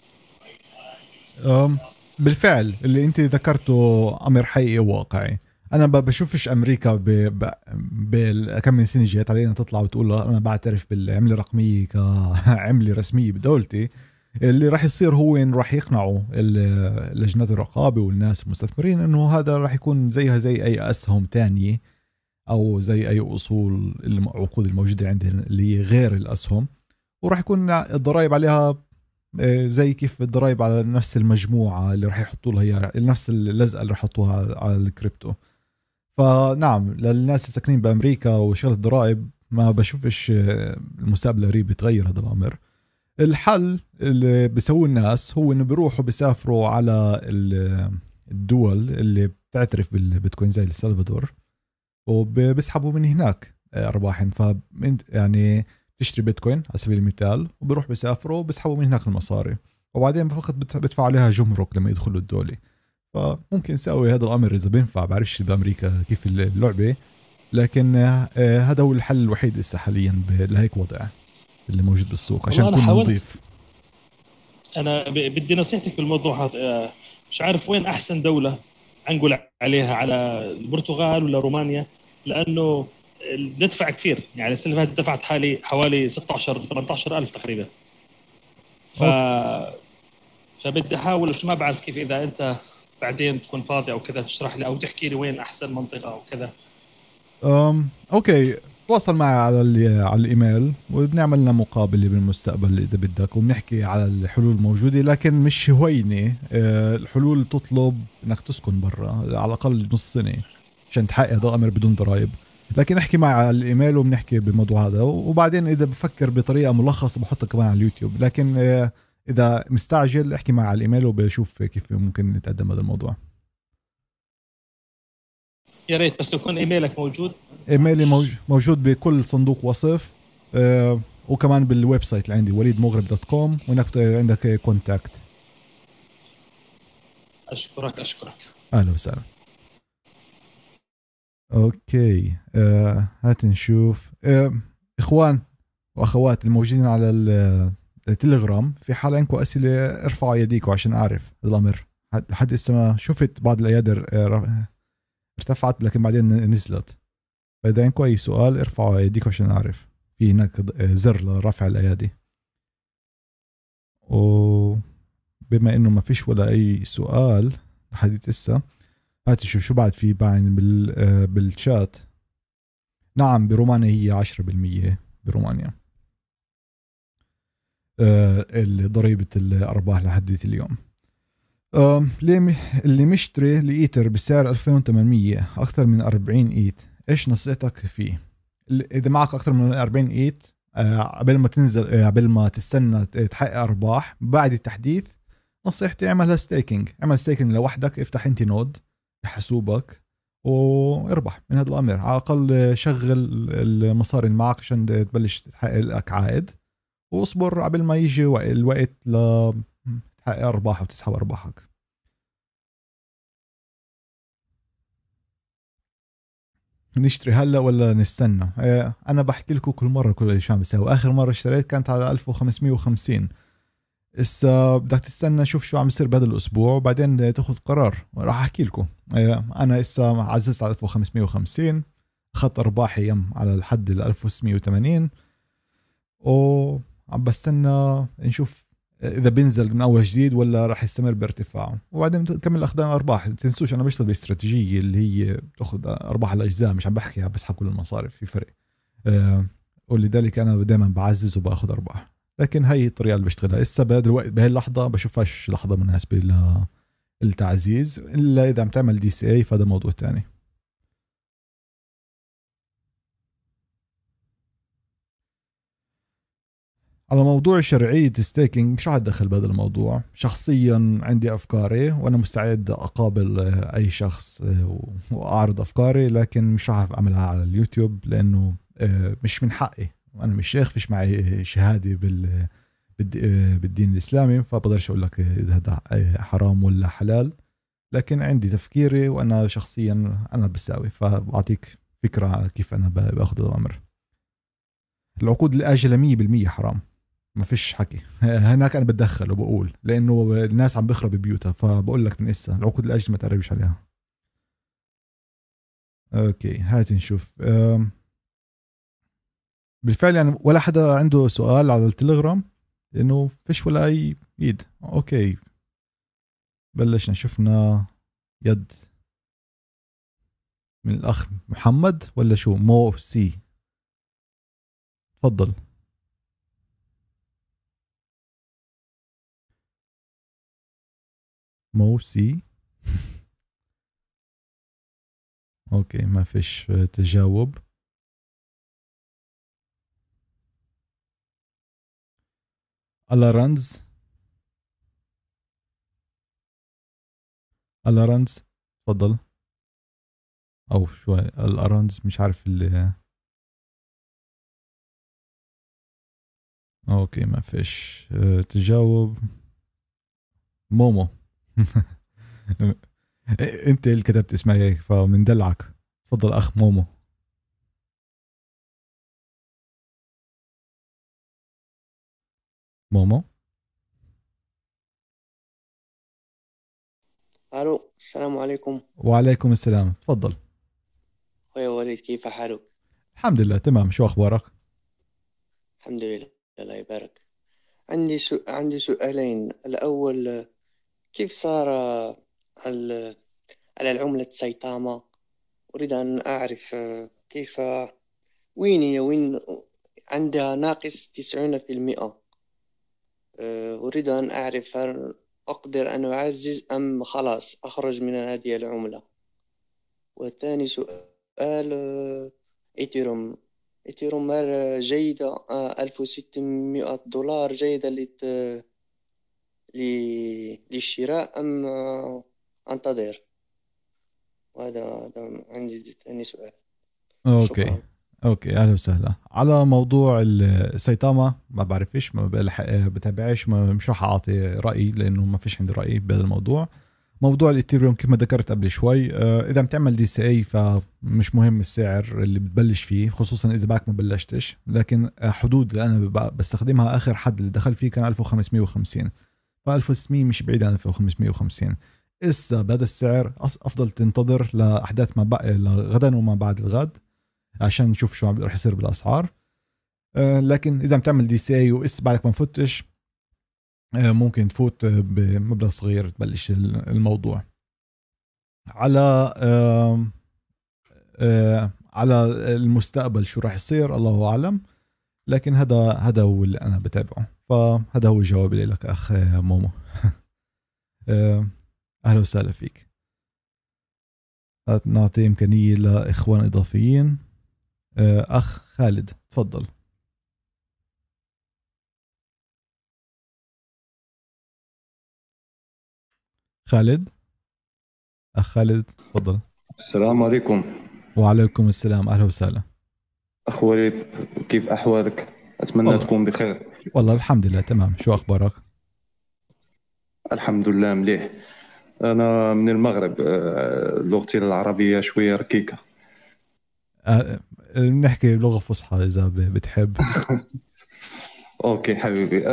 بالفعل اللي انت ذكرته امر حقيقي وواقعي. انا بشوفش امريكا كم من سنه جات علينا تطلع وتقول انا بعترف بالعمله الرقميه كعمله رسميه بدولتي. اللي راح يصير هو ان راح يقنعوا لجنات الرقابه والناس المستثمرين انه هذا راح يكون زيها زي اي اسهم تانية او زي اي اصول العقود الموجوده عندهم اللي غير الاسهم، وراح يكون الضرائب عليها زي كيف الضرائب على نفس المجموعة اللي راح يحطوا لها هي نفس اللزقة اللي راح يحطوها على الكريبتو. فنعم للناس الساكنين بأمريكا وشغل الضرائب ما بشوفش المستقبل قريب يتغير هذا الأمر. الحل اللي بيسووه الناس هو إنه بيروحوا بيسافروا على الدول اللي بتعترف بالبيتكوين زي السلفادور وبيسحبوا من هناك أرباحهم. يعني تشتري بيتكوين على سبيل المثال وبيروح بيسافروا وبيسحبوا من هناك المصاري، وبعدين فقط بدفع عليها جمرك لما يدخلوا الدولة. فممكن نسوي هذا الأمر إذا بينفع، بعرفش بأمريكا كيف اللعبة، لكن هذا هو الحل الوحيد لسه حاليا لهيك وضع اللي موجود بالسوق عشان نكون نضيف. أنا بدي نصيحتك بالموضوع هذا. مش عارف وين أحسن دولة أنقل عليها، على البرتغال ولا رومانيا؟ لأنه ندفع كثير، يعني السنة اللي فاتت دفعت حوالي 16-18 ألف تقريبا. فبدي أحاول، ما بعرف كيف، إذا أنت بعدين تكون فاضي أو كذا تشرح لي أو تحكي لي وين أحسن منطقة أو كذا. أوكي تواصل معي على الإيميل وبنعمل لنا مقابلة بالمستقبل إذا بدك، وبنحكي على الحلول الموجودة. لكن مش هوينة الحلول تطلب إنك تسكن برا على الأقل نص سنة عشان تحقق هذا الأمر بدون ضرائب. لكن احكي معي على الإيميل وبنحكي بالموضوع هذا، وبعدين إذا بفكر بطريقة ملخصة بحطها كمان على اليوتيوب. لكن إذا مستعجل احكي معي على الإيميل وبشوف كيف ممكن نتقدم هذا الموضوع. يا ريت بس يكون إيميلك موجود. إيميلي موجود بكل صندوق وصف، وكمان بالويب سايت اللي عندي وليدمغرب.com، وهناك عندك كونتاكت. أشكرك. أهلا وسهلا. أوكي هات نشوف إخوان وأخوات الموجودين على التليجرام، في حال عندكم أسئلة ارفعوا يديكم عشان أعرف الأمر. لحد هسه ما شفت بعض الأيادي ارتفعت لكن بعدين نزلت، فإذا عندكم أي سؤال ارفعوا يديكم عشان أعرف. في هناك زر لرفع الأيادي، وبما إنه ما فيش ولا أي سؤال لحد هسه، هاتي شو بعد في باين بالشات. نعم برومانيا هي 10% برومانيا. ضريبة الأرباح لحد اليوم. اللي مشتري لإيتر بسعر 2800 أكثر من 40 إيت، إيش نصيحتك فيه؟ إذا معك أكثر من 40 إيت قبل ما تنزل، قبل ما تستنى تحقق أرباح بعد التحديث، نصيحتي اعملها ستيكينج. اعمل ستيكينج لوحدك، افتح انت نود بحاسوبك واربح من هذا الأمر. على الأقل شغل المصاري اللي معك عشان تبلش تحقق لك عائد، واصبر قبل ما يجي الوقت لتحقق أرباح وتسحب أرباحك. نشتري هلا ولا نستنى؟ انا بحكي لكم كل مره كل شو عم بسوي. اخر مره اشتريت كانت على 1550. هسه بدك تستنى شوف شو عم يصير بهذا الاسبوع وبعدين تاخذ قرار. راح احكي لكم. انا هسه عززت على 1550، اخذت ارباحي يم على الحد ال 1680، وعم بستنى نشوف اذا بينزل من اول جديد ولا راح يستمر بارتفاعه، وبعدين نكمل اخذان ارباح. تنسوش انا بشتغل باستراتيجيه اللي هي تاخذ ارباح الاجزاء، مش عم بحكي بسحب كل المصارف، في فرق. ولذلك انا دائما بعزز وباخذ ارباح. لكن هاي الطريقه اللي بشتغلها. هسه بهذا الوقت بهي اللحظه بشوفهاش لحظه مناسبه للتعزيز، الا اذا عم تعمل دي سي اي، فهذا موضوع تاني. على موضوع شرعية ستيكينج، مش راح اتدخل بهذا الموضوع. شخصيا عندي افكاري وانا مستعد اقابل اي شخص واعرض افكاري، لكن مش راح اعملها على اليوتيوب لانه مش من حقي. انا مش شيخ، فيش معي شهادة بالدين الاسلامي، فبقدرش اقول لك اذا هذا حرام ولا حلال. لكن عندي تفكيري وانا شخصيا انا بساوي، فبعطيك فكرة على كيف انا باخذ الامر. العقود الاجلة 100% حرام، ما فيش حكي. هناك انا بتدخل وبقول لانه الناس عم بخرب بيوتها، فبقول لك من اسا العقود الاجل ما تقربش عليها. اوكي هات نشوف. بالفعل يعني ولا حدا عنده سؤال على التليجرام لانه فيش ولا اي ايد. اوكي بلشنا شفنا يد من الاخ محمد ولا شو؟ مو سي، تفضل. مو سي. اوكي ما فيش تجاوب. الارنز، الارنز تفضل. او شوي الارنز مش عارف اللي. اوكي ما فيش تجاوب. مومو. انت اللي كتبت اسمها هيك فمن دلعك. تفضل اخ مومو. مومو. الو، السلام عليكم. وعليكم السلام، تفضل. خويا وليد، كيف حالك؟ الحمد لله تمام، شو اخبارك؟ الحمد لله، الله يبارك. عندي سؤالين. الأول، كيف صار على العملة سايتاما؟ أريد أن أعرف كيف، وين عندها ناقص 90%. أريد أن أعرف هل أقدر أن أعزز أم خلاص أخرج من هذه العملة. والثاني سؤال، إيثيروم جيدة، 1600 دولار جيدة للشراء أم أنتظر؟ وهذا عندي ثاني سؤال. اوكي شكرا. اوكي اهلا وسهلا. على موضوع السايتاما ما بعرفش، ما بتابعش، مش راح اعطي رايي لانه ما فيش عندي راي بهذا الموضوع. موضوع الايثيريوم كيف ما ذكرت قبل شوي، اذا عم تعمل دي سي اي فمش مهم السعر اللي بتبلش فيه، خصوصا اذا باك ما بلشتش. لكن حدود اللي انا بستخدمها، اخر حد اللي دخل فيه كان 1550، ف 1600 مش بعيد عن 1550. إسا بهذا السعر افضل تنتظر لاحداث ما غدا وما بعد الغد عشان نشوف شو رح يصير بالاسعار. لكن اذا عم تعمل دي سي اي واس بعدك ما نفتش، ممكن تفوت بمبلغ صغير تبلش الموضوع. على المستقبل شو راح يصير الله اعلم، لكن هذا هو اللي انا بتابعه. فهذا هو جوابي لك أخ مومو. أهلا وسهلا فيك. نعطي إمكانية لإخوان إضافيين. أخ خالد تفضل. خالد، أخ خالد تفضل. السلام عليكم. وعليكم السلام، أهلا وسهلا. أخ وليد، كيف أحوالك؟ أتمنى والله. تكون بخير. والله الحمد لله تمام، شو أخبارك؟ الحمد لله مليح. أنا من المغرب، لغتي العربية شوية ركيكة. نحكي لغة فصحى إذا بتحب. أوكي حبيبي.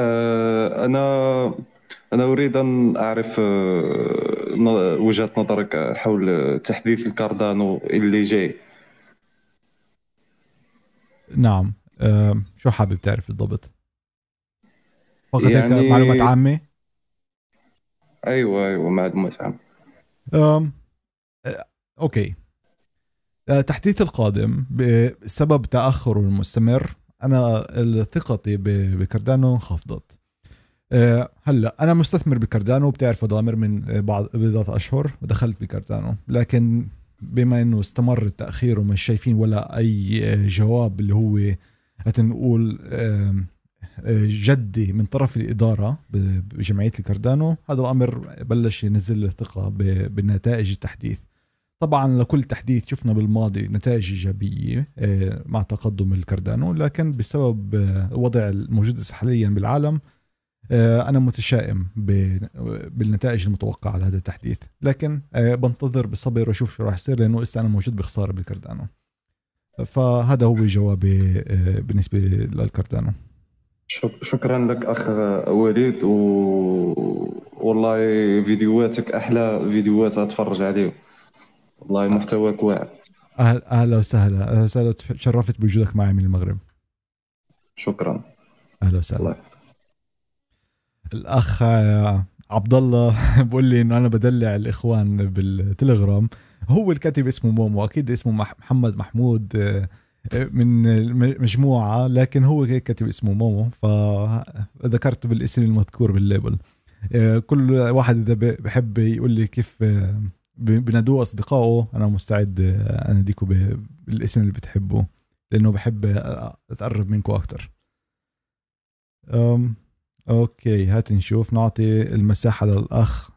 أنا أريد أن أعرف وجهة نظرك حول تحديث الكاردانو اللي جاي. نعم. شو حابب تعرف بالضبط؟ فقط هيك يعني معلومات عامة. أيوة معلومات عامة. أوكي. تحديث القادم بسبب تأخره المستمر، أنا ثقتي بكاردانو خفضت. هلا أنا مستثمر بكاردانو، بتعرف ضامر من بضعة أشهر ودخلت بكاردانو، لكن بما إنه استمر التأخير ومش شايفين ولا أي جواب اللي هو هتنقول جدي من طرف الإدارة بجمعية الكاردانو، هذا الأمر بلش ينزل الثقة بالنتائج التحديث. طبعا لكل تحديث شفنا بالماضي نتائج إيجابية مع تقدم الكاردانو، لكن بسبب الوضع الموجود حاليا بالعالم أنا متشائم بالنتائج المتوقعة لهذا التحديث، لكن بنتظر بصبر وأشوف شو راح يصير، لأنه لسه أنا موجود بخسارة بالكاردانو. فهذا هو جوابي بالنسبة للكاردانو. شكرا لك أخ وليد، والله فيديوهاتك أحلى فيديوهات أتفرج عليهم، والله محتواك واعر. أهلا وسهلا. تشرفت بوجودك معي من المغرب. شكرا. أهلا وسهلا. الأخ عبد الله بقول لي إنه أنا بدلع الإخوان بالتليجرام. هو الكاتب اسمه مومو، أكيد اسمه محمد محمود من مجموعة، لكن هو كاتب اسمه مومو، فذكرت بالاسم المذكور بالليبل. كل واحد إذا بحب يقول لي كيف بندوه أصدقائه، أنا مستعد أنديكوا بالاسم اللي بتحبه، لأنه بحب أتقرب منكم أكتر. أوكي، هات نشوف. نعطي المساحة للأخ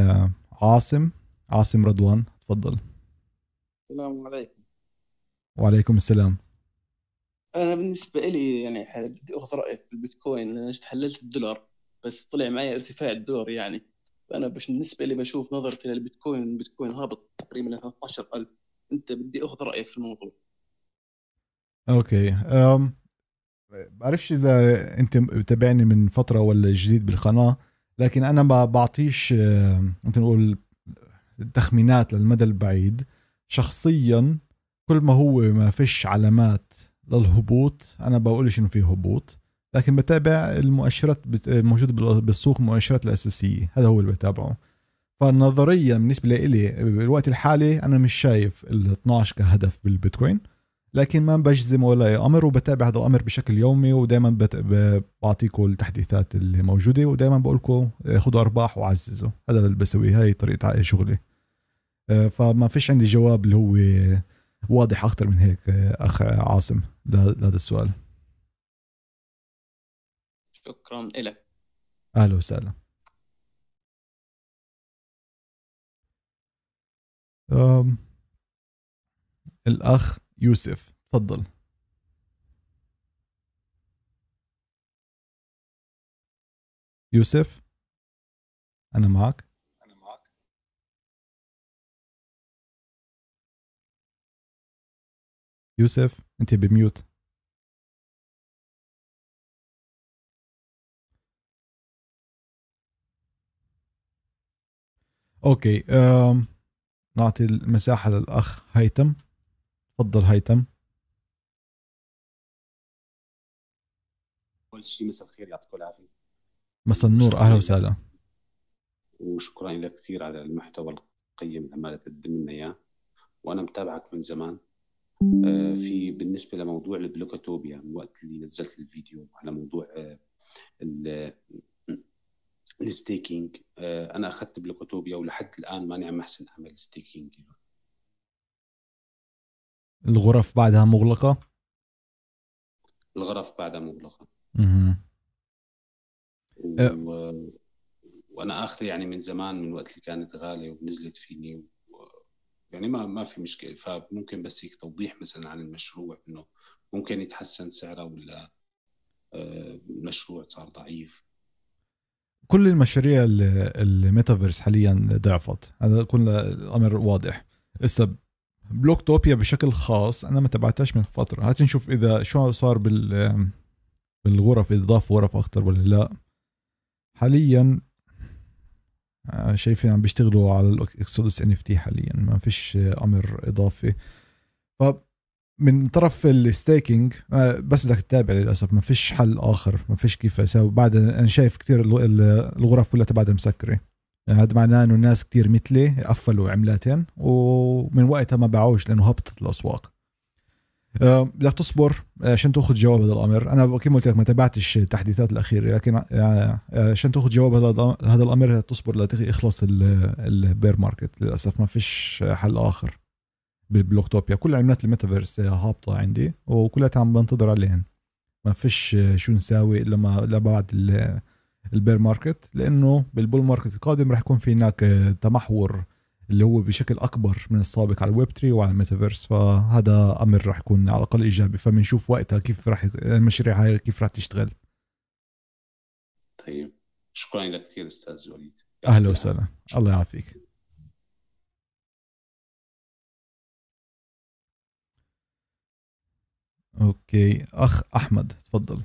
عاصم رضوان تفضل. السلام عليكم. وعليكم السلام. أنا بالنسبة لي يعني بدي أخذ رأيك في البيتكوين. أنا حللت الدولار بس طلع معي ارتفاع الدولار يعني، فأنا بالنسبة لي بشوف نظرتي للبيتكوين هابط تقريبا ل 13,000. أنت بدي أخذ رأيك في الموضوع. أوكي. بعرفش إذا أنت بتابعني من فترة ولا جديد بالقناة، لكن أنا ما بعطيش أنت نقول تخمينات للمدى البعيد شخصيا. كل ما هو ما فيش علامات للهبوط أنا بقولش إنه فيه هبوط، لكن بتابع المؤشرات موجودة بالسوق، المؤشرات الأساسية، هذا هو اللي بتابعه. فنظريا بالنسبة لي بالوقت الحالي أنا مش شايف ال 12 كهدف بالبيتكوين، لكن ما بجزم ولا أي أمر، وبتابع هذا الأمر بشكل يومي، ودائما بعطيكم التحديثات اللي موجودة، ودائما بقولكم خذوا أرباح وعززوا. هذا اللي بسويه، هاي طريقة شغلي. فما فيش عندي جواب اللي هو واضح أكتر من هيك أخ عاصم لهذا السؤال. شكرا لك. أهلا وسهلا. الأخ يوسف تفضل. يوسف أنا معك. يوسف أنت بميوت. أوكي. نعطي المساحة للأخ هيثم تفضل. هيثم. أول شيء مساء الخير، يعطيكم العافية. مساء النور، أهلا وسهلا. وشكرا لك كثير على المحتوى القيم اللي عمالة تقدم لنا إياه، وأنا متابعك من زمان. بالنسبة لموضوع البلوكاتوبيا، من وقت اللي نزلت الفيديو على موضوع الستيكينج. انا اخذت بلوكوتوبيا ولحد الان ماني عم احسن اعمل ستيكينج. الغرف بعدها مغلقة. الغرف بعدها مغلقة. وانا اخذ يعني من زمان، من وقت اللي كانت غالية ونزلت فيني يعني ما في مشكلة. فممكن بس هيك توضيح مثلا عن المشروع، انه ممكن يتحسن سعره ولا المشروع صار ضعيف. كل المشاريع الميتافيرس حاليا ضعفت، هذا كل الامر واضح. هسه بلوكتوبيا بشكل خاص انا ما تبعتهاش من فتره، هات نشوف اذا شو صار بالغرف، اذا ضاف غرف اكثر ولا لا. حاليا شايفين عم بيشتغلوا على الاكسودس NFT حاليا، ما فيش امر اضافي. فمن طرف الستيكينج بس بدك تتابع، للاسف ما فيش حل اخر، ما فيش كيف اسوي. بعد انا شايف كثير الغرف كلها تبعها مسكره، هذا معناه انه الناس كتير مثلي قفلوا عملاتين ومن وقتها ما باعوش لانه هبطت الاسواق. بدك تصبر عشان تاخذ جواب هذا الامر. انا كما قلت لك ما تابعتش التحديثات الاخيره، لكن عشان تاخذ جواب هذا الامر تصبر ليخلص البير ماركت. للاسف ما فيش حل اخر بالبلوكتوبيا. كل عملات الميتافيرس هابطه عندي وكلها عم بنتظر عليهن، ما فيش شو نساوي الا بعد البير ماركت، لانه بالبول ماركت القادم راح يكون في هناك تمحور اللي هو بشكل اكبر من السابق على الويب 3 وعلى الميتافيرس. فهذا امر راح يكون على الاقل ايجابي، فبنشوف وقتها كيف راح المشاريع هاي كيف راح تشتغل. طيب شكرا لك كثير استاذ وليد. اهلا وسهلا، الله يعافيك. اوكي اخ احمد تفضل.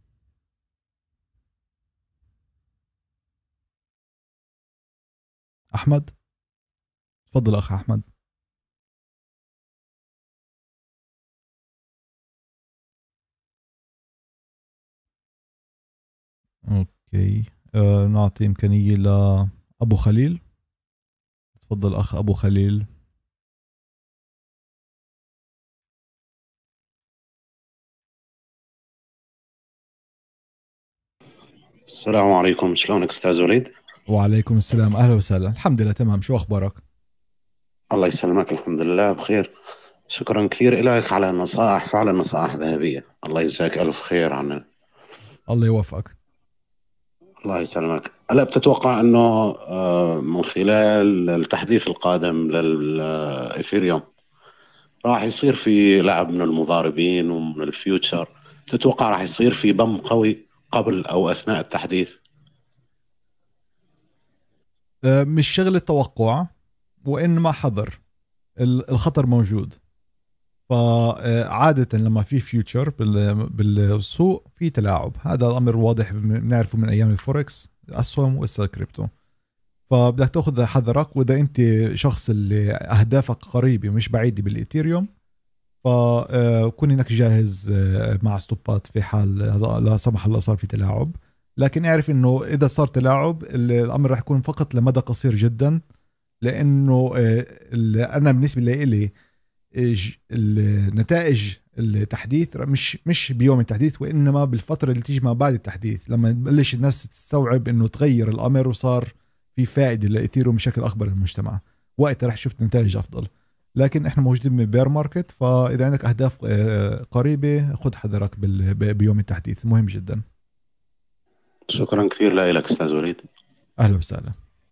احمد تفضل اخ احمد. اوكي نعطي امكانيه لابو خليل. تفضل اخ ابو خليل. السلام عليكم، شلونك استاذ وليد؟ وعليكم السلام، اهلا وسهلا. الحمد لله تمام، شو اخبارك؟ الله يسلمك، الحمد لله بخير. شكرا كثير لك على النصائح، فعلا نصائح ذهبية. الله يجزاك الف خير عنه. الله يوفقك. الله يسلمك. هلا بتتوقع انه من خلال التحديث القادم للايثيريوم راح يصير في لعب من المضاربين ومن الفيوتشر؟ تتوقع راح يصير في بم قوي قبل او اثناء التحديث؟ مش شغل التوقع، وإنما حذر، الخطر موجود. فعادة لما في فيوتشر بالسوق في تلاعب، هذا الأمر واضح بنعرفه من أيام الفوركس، أسهم وإسا كريبتو. فبدك تأخذ حذرك، وإذا أنت شخص اللي أهدافك قريبة مش بعيدة بالإيثيريوم فكون إنك جاهز مع ستوبات في حال لا سمح الله صار في تلاعب. لكن اعرف إنه إذا صار تلاعب الأمر راح يكون فقط لمدى قصير جدا، لأنه أنا بالنسبة لي النتائج التحديث مش بيوم التحديث، وإنما بالفترة اللي تيجي ما بعد التحديث، لما تبلش الناس تستوعب إنه تغير الأمر وصار في فائدة لإثيريوم بشكل أكبر للمجتمع، وقتها رح شفت نتائج أفضل. لكن إحنا موجودين بالبير ماركت، فإذا عندك أهداف قريبة خد حذرك بيوم التحديث، مهم جدا. شكرا كثير لك أستاذ وليد. أهلا وسهلا.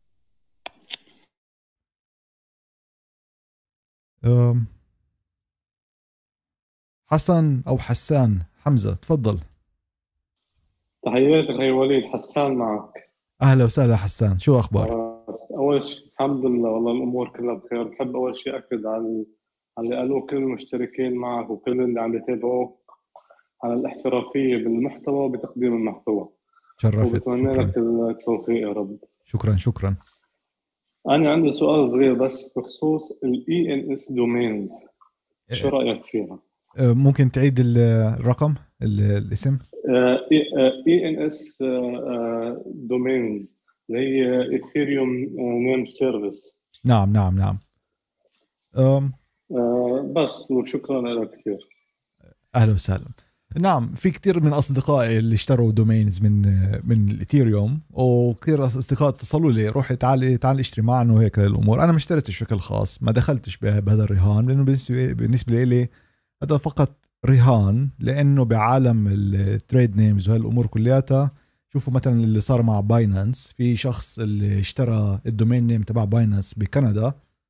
حسن أو حسان حمزة تفضل. تحياتي أخي وليد، حسان معك. أهلا وسهلا حسان، شو أخبار؟ أول شيء الحمد لله والله الأمور كلها بخير. بحب أول شيء أكد على اللي قالوه كل المشتركين معك وكل اللي عم يتابعوك على الاحترافية بالمحتوى وبتقديم المحتوى. شرفت، وبتمنى لك التوفيق يا رب. شكرا شكرا. أنا عندي سؤال صغير بس بخصوص ال ENS domains، شو رأيك فيها؟ ممكن تعيد الرقم الاسم؟ ENS domains اللي هي Ethereum Name Service. نعم نعم نعم. بس وشكرا لك كثير. أهلا وسهلا. نعم، في كتير من أصدقائي اللي اشتروا دومينز من الإثيريوم، وكتير أصدقاء اتصلوا لي روح تعال اشتري معنا وهيك الأمور. أنا ما اشتريتش بشكل خاص، ما دخلتش بهذا الرهان، لأنه بالنسبة لي هذا فقط رهان، لأنه بعالم التريد نيمز وهالأمور كلياتها. شوفوا مثلا اللي صار مع باينانس، في شخص اللي اشترى الدومين نيم تبع باينانس بكندا،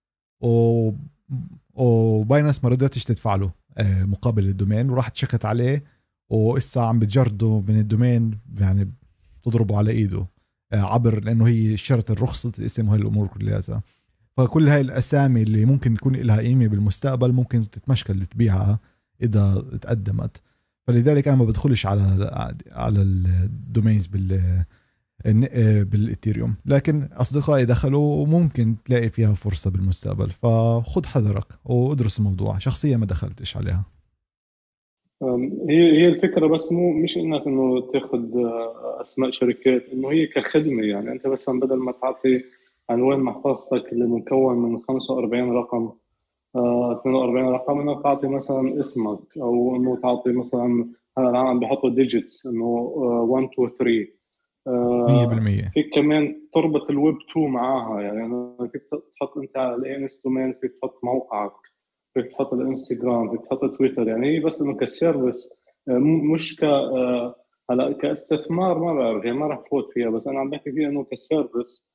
وباينانس ما رضيتش تدفع له مقابل الدومين، وراحت شكت عليه، وإسا عم بتجردوا من الدومين، يعني تضربوا على إيده عبر، لأنه هي اشترت الرخصة الاسم وهي الأمور كلها. فكل هاي الأسامي اللي ممكن يكون لها قيمة بالمستقبل ممكن تتمشكل تبيعها إذا تقدمت. فلذلك أنا ما بدخلش على الدومينز بالإثيريوم، لكن أصدقائي دخلوا وممكن تلاقي فيها فرصة بالمستقبل، فخد حذرك وادرس الموضوع. شخصيا ما دخلتش عليها. هي الفكرة، بس مش انك انه تاخذ اسماء شركات، انه هي كخدمة. يعني انت مثلا بدل ما تعطي عنوان محفظتك اللي مكون من 45 رقم 42 رقم، انك تعطي مثلا اسمك، او انه تعطي مثلا هلا عم بيحطوا ديجيتس انه 1 2 3. 100%. فيك كمان تربط الويب 2 معاها، يعني فيك تحط انت على الانس دومين، فيك تحط موقعك، فيك تحط الانستغرام، فيك تحط تويتر. يعني هي بس انه كسيرفيس، مش ك هلا كاستثمار ما بعرف، يعني ما راح فوت فيها، بس انا عم بحكي فيها انه كسيرفيس.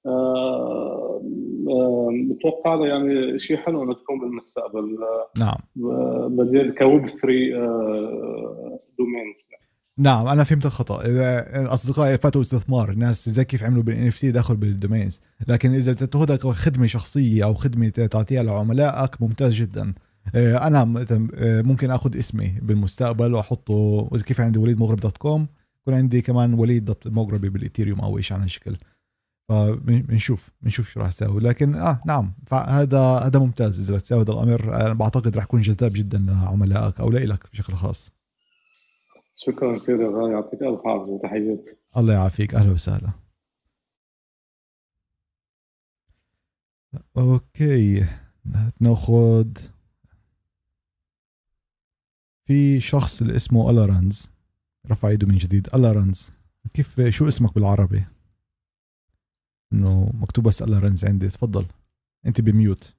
بتوقع له يعني شيء حلو انه تكون بالمستقبل. نعم، بدل كويب 3 دومينز. نعم، أنا فهمت الخطأ. إذا أصدقائي فاتوا استثمار، الناس زي كيف عملوا بالNFT دخل بالدومينز، لكن إذا تاخذها كخدمة شخصية أو خدمة تعطيها لعملائك ممتاز جدا. أنا ممكن أخذ اسمي بالمستقبل وأحطه، كيف عندي وليدمغربي.com، يكون عندي كمان وليد.مغربي بالإثيريوم أو إيش على شكل. فبنشوف شو راح تسوي، لكن نعم، هذا ممتاز. إذا تسوي هذا الأمر أنا بعتقد راح يكون جذاب جدا لعملائك أو لك بشكل خاص. شكرا كثير يا غالي، يعطيك الف عافيه وتحياتي. الله يعافيك، اهلا وسهلا. اوكي، ناخذ في شخص اللي اسمه ألارنز رفع يده من جديد. ألارنز، كيف شو اسمك بالعربي؟ انه مكتوب بس ألارنز عندي. تفضل، انت بميوت.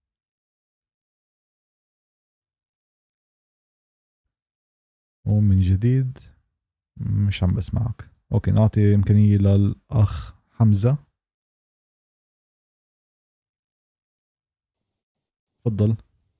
ومن جديد مش عم بسمعك. اوكي، نعطي امكانيه للاخ حمزه. تفضل.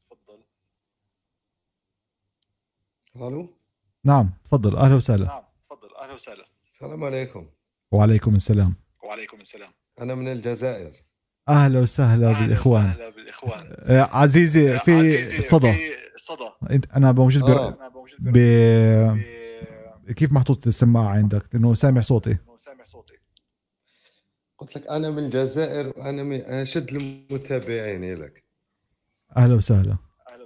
الو. نعم تفضل، اهلا وسهلا. السلام عليكم. وعليكم السلام. انا من الجزائر. اهلا وسهلا بالاخوان. عزيزي في صدى. انا موجود كيف محطوط السماعه عندك لانه سامع صوتي؟ قلت لك انا من الجزائر، وانا من اشد المتابعين لك. اهلا وسهلا.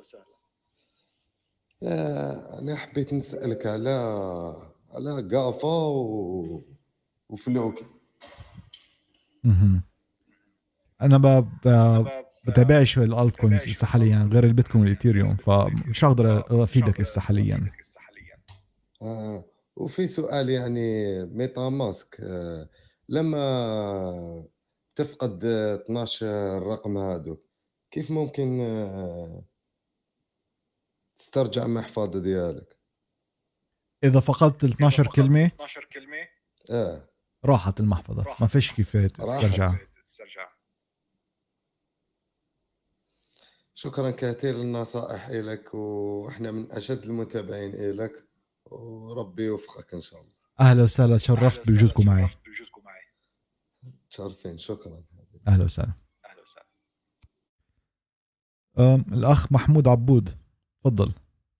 انا حبيت نسالك على قافا وفلوكي. انا بتابعش الالت كوينز حاليا غير البيتكوين والايثيريوم، فمش هقدر افيدك حاليا. وفي سؤال، يعني ميتا ماسك لما تفقد 12 رقم هذوك، كيف ممكن تسترجع المحفظة ديالك؟ إذا فقدت 12 كلمة راحت المحفظة، ما فيش كيف تسترجعها. شكرا كثير للنصائح إلك، وإحنا من أشد المتابعين إلك، وربي يوفقك إن شاء الله. أهلا وسهلا، تشرفت بوجودكم معي. شرفين، شكرا. أهلا وسهلا. الأخ محمود عبود، تفضل.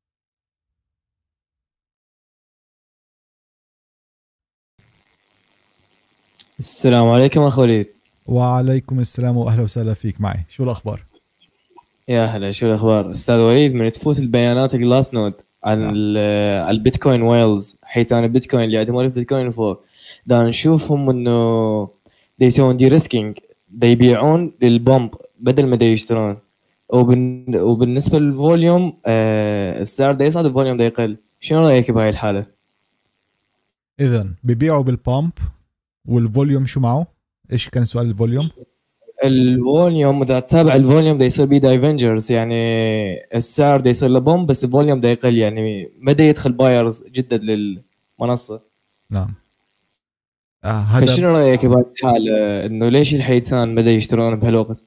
السلام عليكم أخ وليد. وعليكم السلام، وأهلا وسهلا فيك معي. شو الأخبار؟ يا هلا، شو الأخبار أستاذ وليد؟ من تفوت البيانات جلاس نود عن البيتكوين ويلز، حيث أنا بيتكوين اللي يعتمدون في بيتكوين فور دا نشوفهم إنه دا يسوون دي ريسكينج، دا يبيعون للبومب بدل ما دا يشترون، وبالنسبة للفوليوم السعر دا يصعد، الفوليوم دا يقل. شنو رايك بهاي الحاله؟ اذا ببيعوا بالبامب والفوليوم شو معه؟ ايش كان سؤال الفوليوم؟ الفوليوم اذا تتابع الفوليوم ده يصير بيه دايفنجرز، يعني السعر ده يصير له بوم بس الفوليوم ده يقل، يعني بدا يدخل بايرز جدد للمنصه. نعم. هذا فشنو رايك بهاي الحاله انه ليش الحيتان بدا يشترون بهالوقت؟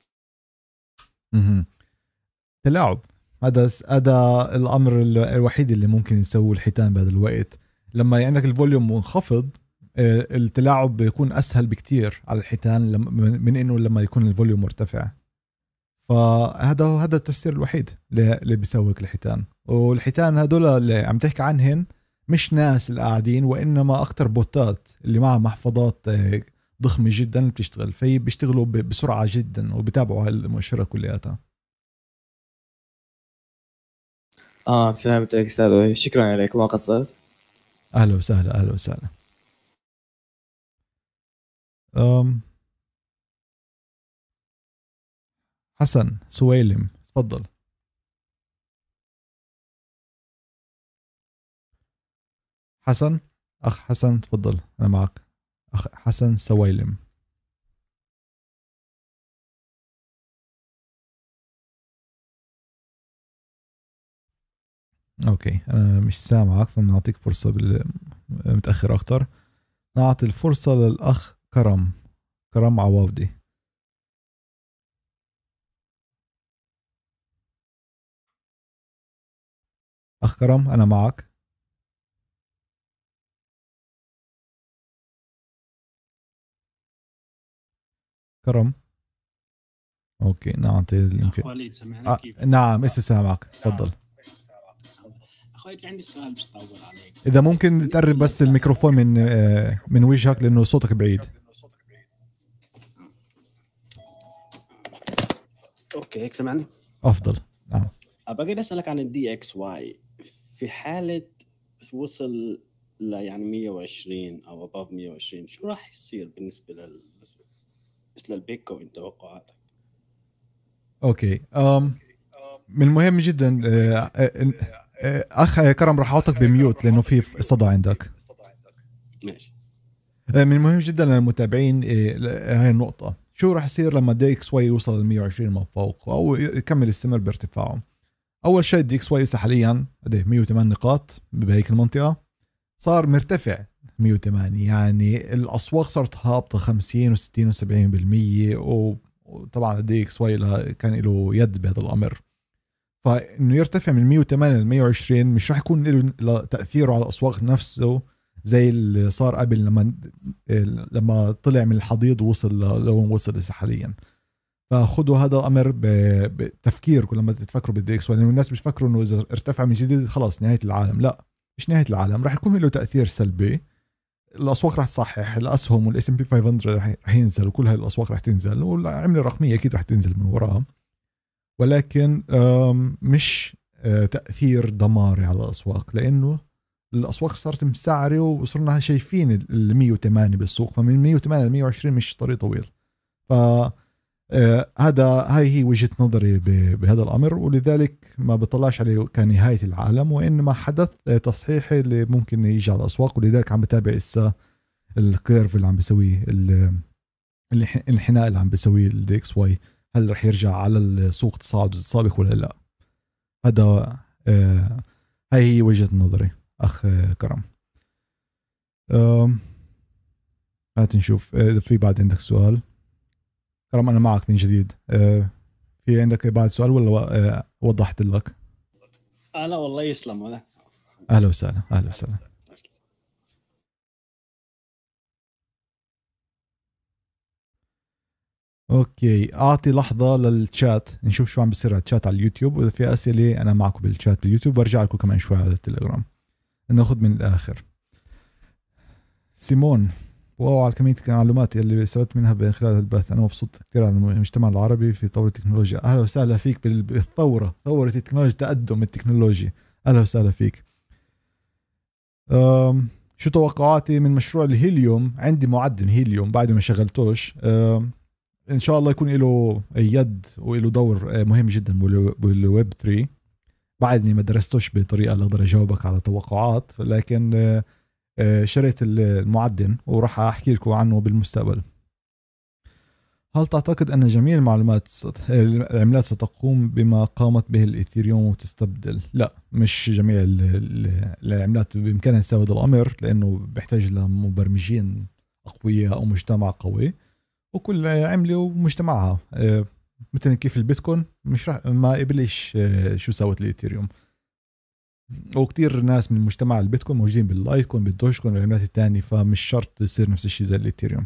تلاعب. هذا الامر الوحيد اللي ممكن يسوي الحيتان بهذا الوقت. لما عندك الفوليوم منخفض التلاعب بيكون اسهل بكتير على الحيتان من انه لما يكون الفوليوم مرتفع. فهذا التفسير الوحيد اللي بيسوق الحيتان. والحيتان هذول اللي عم تحكي عنهن مش ناس القاعدين، وانما اكتر بوتات اللي معها محفظات ضخمه جدا بتشتغل، في بيشتغلوا بسرعه جدا وبتابعوا هالمؤشرات كلياتها. فهمتك استاذ، شكرا لك ما قصرت. اهلا وسهلا اهلا وسهلا. حسن سويلم تفضل. حسن اخ حسن تفضل انا معك. اخ حسن سويلم. اوكي انا مش سامعك، فبنعطيك فرصه متاخر اكتر. نعطي الفرصه للاخ كرم عواودي. اخ كرم انا معك. كرم اوكي نعطي يمكن نعم لسه سامعك تفضل. اخوي عندي سؤال مش طول عليك، اذا ممكن تقرب بس الميكروفون من وجهك لانه صوتك بعيد. اوكي هيك سمعني افضل. نعم ابغى اسالك عن الدي اكس واي في حاله وصل يعني 120 او above 120 شو راح يصير بالنسبه للبيتكوين توقعاتك؟ اوكي من المهم جدا اخ كرم راح احطك بميوت لانه في صدى عندك. ماشي. من المهم جدا للمتابعين هاي النقطه، شو راح يصير لما دي اكس واي يوصل ل 120 من فوق او يكمل يستمر بارتفاعه. اول شيء دي اكس واي حاليا 108 نقاط بهيك المنطقه، صار مرتفع 108، يعني الاسواق صارت هابطه 50 و60 و70%. وطبعا دي اكس واي كان له يد بهذا الامر، فانه يرتفع من 108 ل 120 مش راح يكون له تاثيره على الاسواق نفسه زي اللي صار قبل لما طلع من الحضيض ووصل لوين وصل لسه حاليا. فخذوا هذا الامر بتفكيركم لما تفكروا بالدي اكس واي، لانه الناس بيفكروا انه اذا ارتفع من جديد خلاص نهايه العالم. لا مش نهايه العالم، راح يكون له تاثير سلبي. الاسواق راح تصحح، الاسهم والاس ام بي 500 راح ينزل، وكل هاي الاسواق راح تنزل، والعمله الرقميه اكيد راح تنزل من وراها، ولكن مش تاثير دماري على الاسواق، لانه الاسواق صارت مسعره وصرنا شايفين ال 108 بالسوق، فمن 108 ل 120 مش طريق طويل. ف هاي هي وجهة نظري بهذا الأمر، ولذلك ما بطلعش عليه كنهاية العالم، وإنما حدث تصحيحي اللي ممكن يجي على الأسواق. ولذلك عم بتابع إسا الكيرف اللي عم بيسويه، الانحناء اللي عم بيسويه الدي اكس واي، هل رح يرجع على السوق تصاعد السابق ولا لا. هذا هاي هي وجهة نظري أخ كرم. هات نشوف إذا في بعد عندك سؤال. كرم أنا معك من جديد. في عندك بعد سؤال ولا وضحت لك؟ لا والله يسلم. ولا أهلا وسهلا أهلا وسهلا. أوكي أعطي لحظة للشات نشوف شو عم بيصير على الشات على اليوتيوب، وإذا في أسئلة أنا معكم بالشات باليوتيوب، برجع لكم كمان شوي على التليجرام. ناخذ من الآخر. سيمون، واو على كمية المعلومات اللي استفدت منها من خلال البث، أنا مبسوط كثير على المجتمع العربي في تطور التكنولوجيا. أهلا وسهلا فيك بالثورة، ثورة التكنولوجيا، تقدم التكنولوجي. أهلا وسهلا فيك. شو توقعاتي من مشروع الهيليوم؟ عندي معدن هيليوم بعد ما شغلتوش، إن شاء الله يكون له يد وله دور مهم جدا بالويب 3، بعدني ما درستوش بطريقة اللي أقدر أجاوبك على توقعات، لكن شريت المعدن وراح أحكي لكم عنه بالمستقبل. هل تعتقد أن جميع العملات ستقوم بما قامت به الإثيريوم وتستبدل؟ لا، مش جميع العملات بإمكانها تساوي هذا الأمر، لأنه بيحتاج لمبرمجين أقوياء أو مجتمع قوي، وكل عملة ومجتمعها. مثل كيف البيتكوين مش راح ما قبلش شو سوت الإثيريوم، وكتير ناس من مجتمع البيتكوين موجودين باللايتكوين بالدوجكوين والعملات الثانية، فمش شرط يصير نفس الشيء زي الإثيريوم.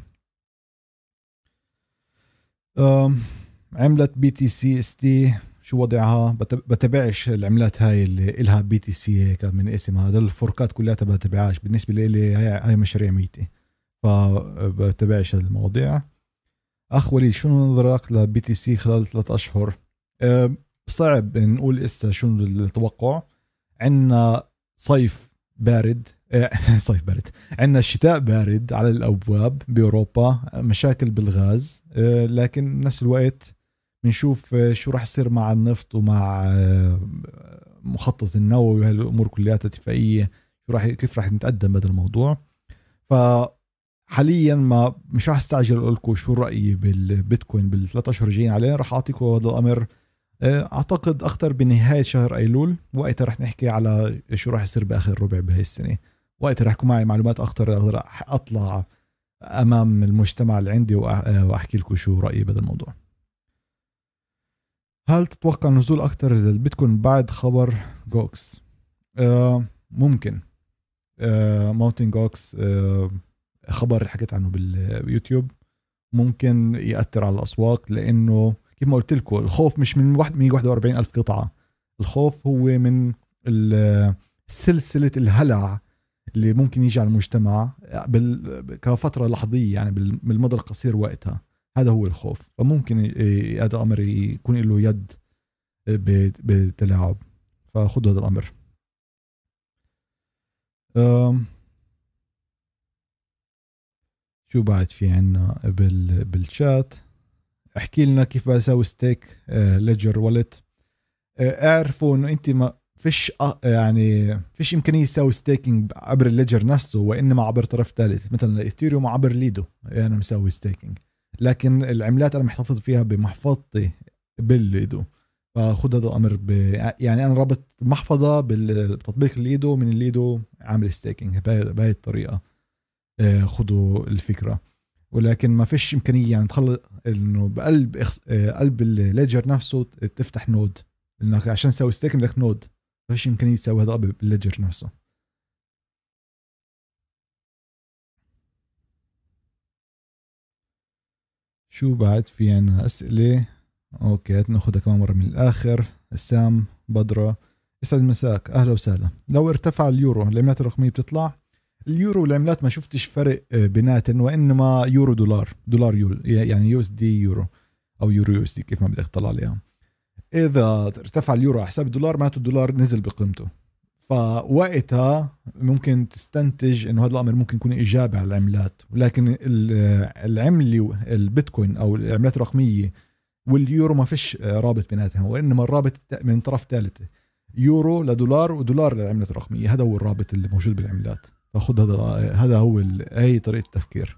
عملة BTC شو وضعها؟ بتابعش العملات هاي اللي إلها BTC هيك من اسمها، هذا الفوركات كلها بتابعهاش. بالنسبة لي هاي مشاريع ميتة، فبتابعش هذه المواضيع. أخ وليد، شو نظرك ل BTC خلال 3 أشهر؟ صعب نقول إسا شو التوقع. عنا صيف بارد صيف بارد، عنا شتاء بارد على الأبواب بأوروبا، مشاكل بالغاز، لكن نفس الوقت بنشوف شو راح يصير مع النفط ومع مخطط النووي وهالأمور كلها اتفاقية، كيف راح نتقدم بهذا الموضوع. فحاليا ما مش راح استعجل أقول لكم شو رأيي بالبيتكوين بال3 أشهر جايين عليه. راح أعطيكم هذا الأمر أعتقد أكتر بنهاية شهر أيلول، وقتها رح نحكي على شو راح يصير بآخر ربع بهاي السنة. وقتها رح يكون معي معلومات أكتر أقدر أطلع أمام المجتمع اللي عندي وأحكي لكم شو رأيي بهذا الموضوع. هل تتوقع نزول أكتر للبيتكوين بعد خبر جوكس؟ ممكن. ماونتين جوكس خبر حكيت عنه باليوتيوب، ممكن يأثر على الأسواق، لأنه كيف ما قلت لكم الخوف مش من 141 ألف قطعة، الخوف هو من سلسلة الهلع اللي ممكن يجي على المجتمع كفترة لحظية، يعني بالمدى القصير وقتها. هذا هو الخوف. فممكن هذا الأمر يكون له يد بالتلاعب، فخذوا هذا الأمر. شو بعد في عنا بالشات؟ احكي لنا كيف بسوي ستيك ليدجر والت. اعرفوا انه انت ما فيش يعني فيش امكانيه تسوي ستيكينج عبر الليدجر نفسه، وانما عبر طرف ثالث مثلا الاثيريوم عبر ليدو. انا مسوي ستيكينج، لكن العملات انا محتفظ فيها بمحفظتي بالليدو، فخذ هذا الامر يعني انا رابط محفظه بالتطبيق الليدو، من الليدو عامل ستيكينج بهاي الطريقه. خذوا الفكره، ولكن ما فيش إمكانية يعني تخلص إنه بقلب قلب الليدجر نفسه تفتح نود، لأنك عشان تسوي ستيك بدك نود، ما فيش إمكانية تسوي هذا بالليدجر نفسه. شو بعد في عنا أسئلة؟ أوكي ناخدها كمان مرة من الآخر. سام بدرة، يسعد مساك، أهلا وسهلا. لو ارتفع اليورو العملات الرقمية بتطلع؟ اليورو والعملات ما شفتش فرق بيناتن، وإنما يورو دولار يورو، يعني يو اس دي يورو أو يورو يو اس دي كيف ما بدك تطلع عليها. إذا ارتفع اليورو على حساب الدولار معناته الدولار نزل بقيمته، فوقتها ممكن تستنتج إنه هذا الأمر ممكن يكون إيجابي على العملات. ولكن العملة البيتكوين أو العملات الرقمية واليورو ما فيش رابط بيناتهم، وإنما الرابط من طرف ثالث، يورو لدولار ودولار للعملة الرقمية. هذا هو الرابط اللي موجود بالعملات. فخذ هذا هو هي طريقة التفكير.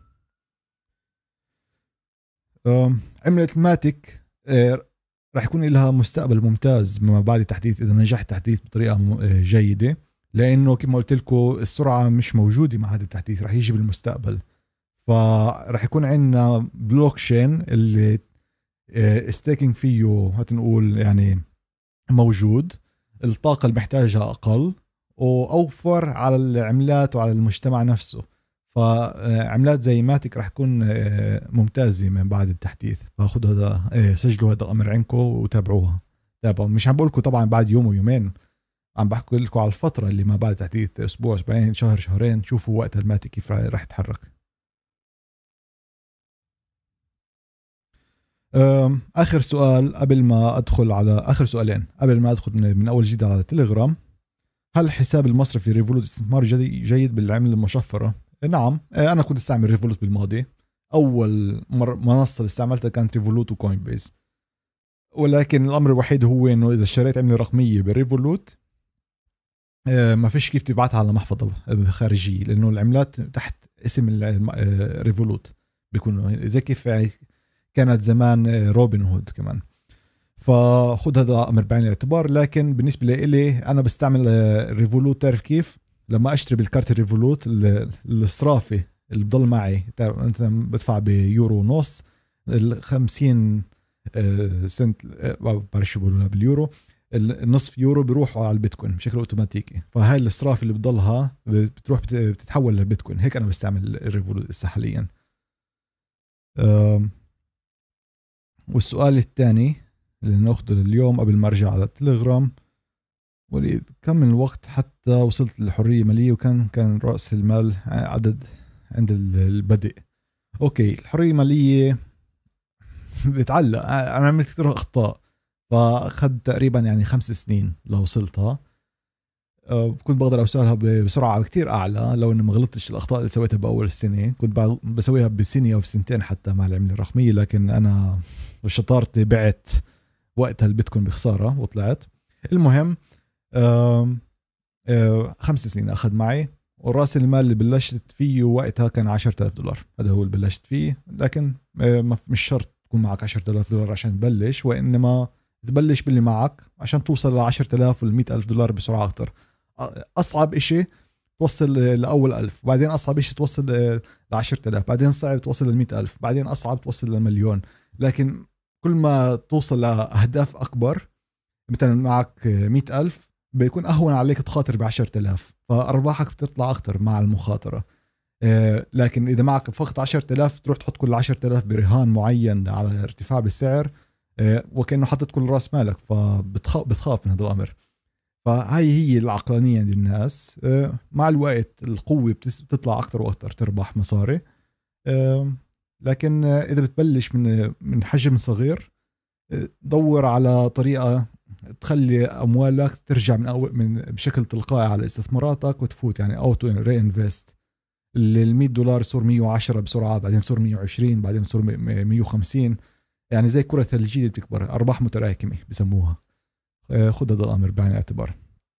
عملة ماتيك راح يكون لها مستقبل ممتاز ما بعد التحديث، إذا نجح التحديث بطريقة جيدة، لأنه كما قلت لكم السرعة مش موجودة مع هذا التحديث، راح يجي بالمستقبل. فراح يكون عندنا بلوكشين اللي ستيكينج فيه هتنقول يعني موجود، الطاقة اللي محتاجها أقل وأوفر على العملات وعلى المجتمع نفسه. فعملات زي ماتيك راح تكون ممتازة من بعد التحديث. فأخذوا هذا، سجلوا هذا الأمر عندكم وتابعوها. مش عم بقول لكم طبعا بعد يوم ويومين، عم بحكي لكم على الفترة اللي ما بعد التحديث، أسبوع أسبوعين شهر شهرين، شوفوا وقت الماتيك كيف راح يتحرك. آخر سؤال قبل ما أدخل على آخر سؤالين قبل ما أدخل من أول جديد على تليجرام. هل الحساب المصرفي ريفولوت استثمار جيد بالعملة المشفرة؟ نعم، أنا كنت استعمل ريفولوت بالماضي. أول منصة استعملتها كانت ريفولوت وكوين بيز، ولكن الامر الوحيد هو انه اذا اشتريت عمله رقميه بريفولوت ما فيش كيف تبعتها على محفظه خارجيه، لانه العملات تحت اسم ريفولوت بيكونوا زي كيف كانت زمان روبن هود كمان. فخذ هذا امر بعين الاعتبار. لكن بالنسبه لي انا بستعمل ريفولوت. تعرف كيف؟ لما اشتري بالكارت ريفولوت الصرافه اللي بضل معي، انت بدفع بيورو ونص، ال 50 سنت بعرف شو بقولوا باليورو، النصف يورو بيروحوا على البيتكوين بشكل اوتوماتيكي. فهاي الصرافه اللي بضلها بتروح بتتحول للبيتكوين. هيك انا بستعمل الريفولوت هسه حاليا. والسؤال الثاني اللي ناخده اليوم قبل ما ارجع على التليجرام، وليد كم من الوقت حتى وصلت للحريه الماليه وكان راس المال عدد عند البدء؟ اوكي، الحريه الماليه بتعلق. انا عملت كثير اخطاء، فاخذ تقريبا يعني 5 سنين لو وصلتها. كنت بقدر اوصلها بسرعه كتير اعلى لو اني ما غلطتش الاخطاء اللي سويتها باول السنه. كنت بسويها بسنه او بسنتين حتى مع العمله الرقميه، لكن انا وشطارتي بعت وقتها البيتكوين بخساره وطلعت. المهم 5 سنين اخذ معي، وراس المال اللي بلشت فيه وقتها كان $10,000. هذا هو اللي بلشت فيه. لكن مش شرط تكون معك $10,000 عشان تبلش، وإنما تبلش باللي معك عشان توصل ل10,000 وال100,000 بسرعة أكتر. أصعب إشي توصل لأول 1000، بعدين أصعب إشي توصل ل10,000، بعدين صعب توصل ل100,000، بعدين أصعب توصل ل1,000,000. لكن كل ما توصل لأهداف أكبر، مثلا معك 100,000 بيكون أهون عليك تخاطر ب10,000، فأرباحك بتطلع أكتر مع المخاطرة. لكن إذا معك فقط 10,000 تروح تحط كل 10,000 برهان معين على ارتفاع بالسعر، وكأنه حطت كل رأس مالك، فبتخاف من هذا الأمر. فهاي هي العقلانية عند الناس. مع الوقت القوة بتطلع أكتر وأكتر، تربح مصاري. لكن إذا بتبلش من حجم صغير، دور على طريقة تخلي أموالك ترجع من بشكل تلقائي على استثماراتك وتفوت، يعني أوتو ري انفست. $100 صار 110 بسرعة، بعدين صار 120، بعدين صار 150. يعني زي كرة ثلجية اللي بتكبر، أرباح متراكمة بسموها. خذ هذا الأمر بعين الاعتبار.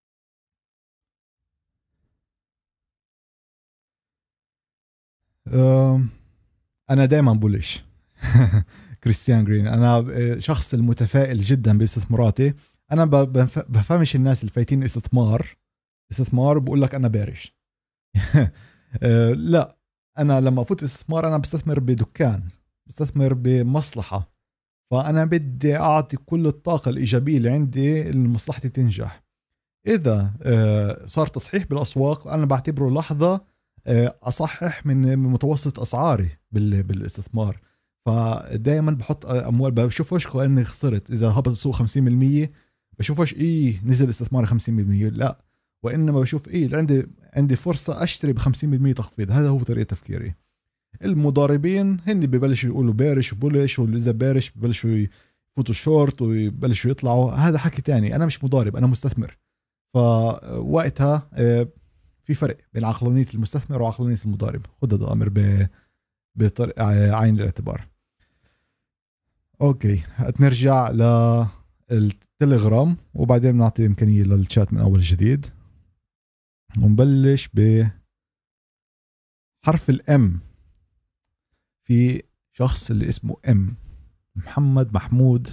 أنا دائما بولش كريستيان جرين. أنا شخص المتفائل جدا باستثماراتي. أنا بفهمش الناس اللي فايتين استثمار بقول لك أنا بارش. لا، أنا لما أفوت استثمار أنا بستثمر بدكان، بستثمر بمصلحة. فأنا بدي أعطي كل الطاقة الإيجابية اللي عندي لمصلحتي تنجح. إذا صار تصحيح بالأسواق، أنا بعتبره لحظة أصحح من متوسط أسعاري بالاستثمار. فدائما بحط أموال، بشوفش كأني خسرت. إذا هبط السوق 50% بشوفش نزل استثماري 50%، لا، وإنما بشوف عندي فرصة أشتري ب50% تخفيض. هذا هو طريقة تفكيري. المضاربين هن ببلشوا يقولوا بارش وبولش، وإذا بارش ببلشوا يفوتوا شورت ويبلشوا يطلعوا. هذا حكي تاني. أنا مش مضارب، أنا مستثمر. فوقتها في فرق بين عقلانية المستثمر وعقلانية المضارب. خذ هذا الأمر بعين الاعتبار. أوكي، نرجع للتليجرام وبعدين بنعطي إمكانية للشات من أول جديد. ونبلش بحرف الام. في شخص اللي اسمه محمد محمود.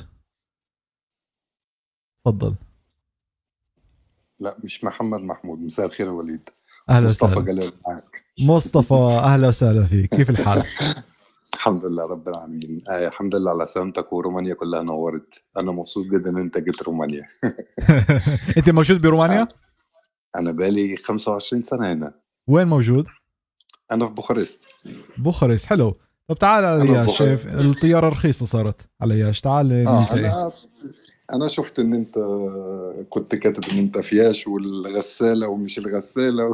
تفضل. لا، مش محمد محمود. مساء الخير يا وليد. أهلا مصطفى وسهلا. جلال معك. مصطفى، أهلا وسهلا فيك. كيف الحال؟ الحمد لله رب العالمين. الحمد لله على سلامتك، ورومانيا كلها نورت. أنا مبسوط جدا إن أنت جيت رومانيا. أنت موجود برومانيا؟ أنا بالي 25 سنة هنا. وين موجود؟ أنا في بوخارست. بوخارست، حلو. طب تعال على ياش، الطيارة رخيصة صارت على ياش. تعال نلتقي. أنا شفت إن أنت كنت كاتب إن أنت فياش والغسالة ومش الغسالة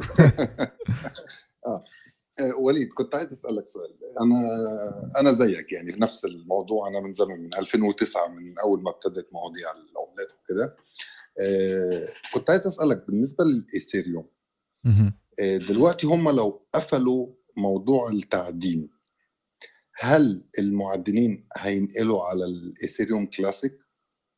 وليد، كنت عايز أسألك سؤال. أنا زيك يعني في نفس الموضوع. أنا من زمان، من 2009، من أول ما ابتدت مواضيع العملات وكده. كنت عايز أسألك بالنسبة للإيثيريوم. دلوقتي هم لو قفلوا موضوع التعدين، هل المعدنين هينقلوا على الإيثيريوم كلاسيك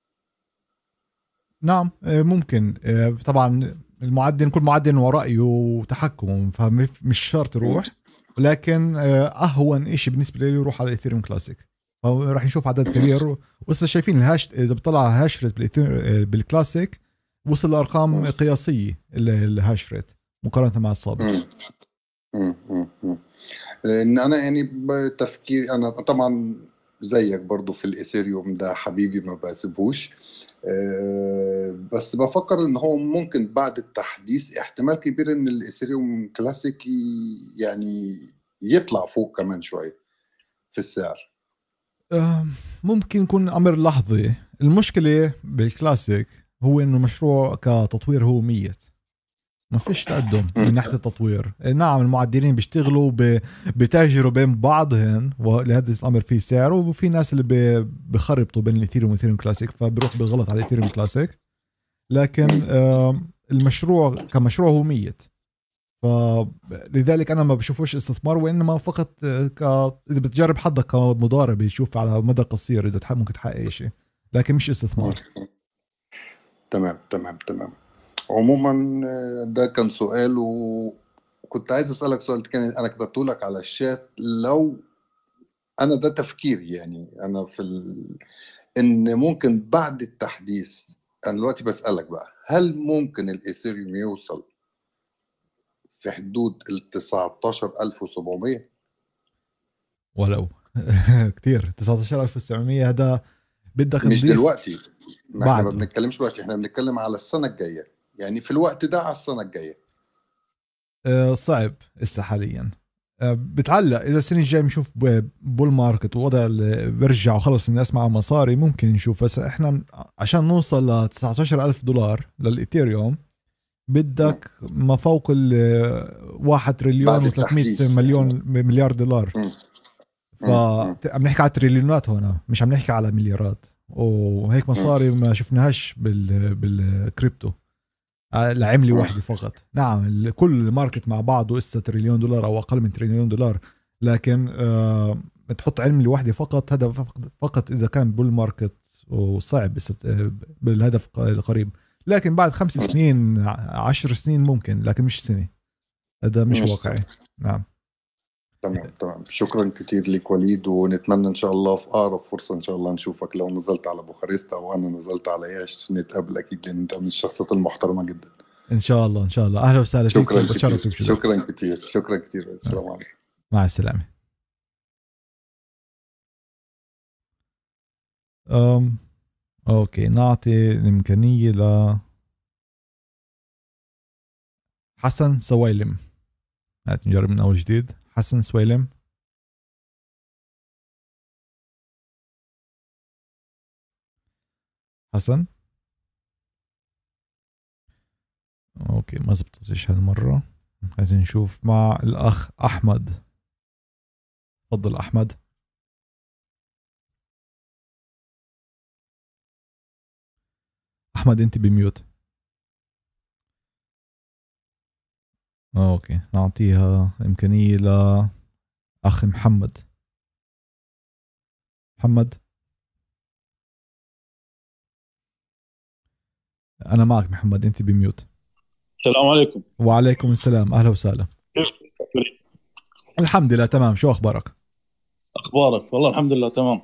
نعم ممكن. طبعا المعدن كل معدن ورأيه وتحكمه، فمش شرط يروح، ولكن أهون إشي بالنسبة لي يروح على إيثيريوم كلاسيك. فراح نشوف عدد كبير. وصل شايفين الهاش إذا بطلع هاش ريت بالكلاسيك وصل لأرقام قياسية الهاش ريت مقارنة مع السابق. لأن أنا يعني بتفكيري أنا طبعا زيك برضو في الإيثيريوم ده حبيبي ما بسيبهوش، بس بفكر إن هو ممكن بعد التحديث احتمال كبير إن الإيثيريوم كلاسيك يعني يطلع فوق كمان شوية في السعر. ممكن يكون أمر لحظي. المشكلة بالكلاسيك هو إنه مشروع كتطوير هو ميت، ما فيش تقدم من ناحية التطوير. نعم المعدلين بيشتغلوا بتاجروا بين بعضهم، ولهذا الأمر فيه سعر، وفي ناس اللي بخربطوا بين الإيثيريوم والإيثيريوم كلاسيك فبيروح بالغلط على الإيثيريوم كلاسيك. لكن المشروع كمشروع هو ميت، فلذلك أنا ما بشوفوش استثمار، وإنما فقط إذا بتجرب حظك كمضارب يشوف على مدى قصير إذا ممكن تحقق شيء، لكن مش استثمار. تمام. عموما ده كان سؤال، وكنت عايز أسألك سؤال كان أنا كتبته لك على الشات. لو أنا ده تفكيري يعني أنا إن ممكن بعد التحديث، أنا دلوقتي بسألك بقى، هل ممكن الإيثيريوم يوصل في حدود 19,700؟ ولو كتير 19,700 هذا بدك مش نضيف دلوقتي، ما احنا ما بعد. بنتكلمش دلوقتي، احنا بنتكلم على السنة الجاية، يعني في الوقت ده على السنة الجاية. صعب هسه حاليا. بتعلق اذا السنه الجايه بنشوف بول ماركت ووضع بيرجع وخلص الناس معها مصاري ممكن نشوف. بس احنا عشان نوصل ل $19,000 للإيثيريوم بدك ما فوق 1 تريليون و300 مليار دولار. فعم نحكي على تريليونات هنا، مش عم نحكي على مليارات، وهيك مصاري ما شفناهاش بالكريبتو لعملة واحدة فقط. نعم كل ماركت مع بعضه إسا $1 تريليون أو أقل من $1 تريليون، لكن تحط عملة واحدة فقط، هذا فقط إذا كان بول ماركت، وصعب بالهدف القريب. لكن بعد 5 سنين 10 سنين ممكن، لكن مش سنة، هذا مش واقعي. نعم تمام. شكرا كتير لك وليد، ونتمنى ان شاء الله في اقرب فرصه ان شاء الله نشوفك. لو نزلت على بوخارست او انا نزلت على ياش نتقابل اكيد، لان انت من الشخصيات المحترمه جدا. ان شاء الله اهلا وسهلا فيك. شكرا كتير. السلام عليكم. مع السلامه. اوكي نعطي الامكانيه ل حسن سويلم. هات نجرب من اول جديد. حسن سويلم. حسن اوكي ما زبطتش هالمرة. عايزين نشوف مع الاخ احمد. تفضل احمد. احمد انت بميوت. اوكي نعطيها امكانية لاخ محمد. انا معك محمد، انت بميوت. السلام عليكم. وعليكم السلام، اهلا وسهلا. الحمد لله تمام. شو اخبارك؟ والله الحمد لله تمام.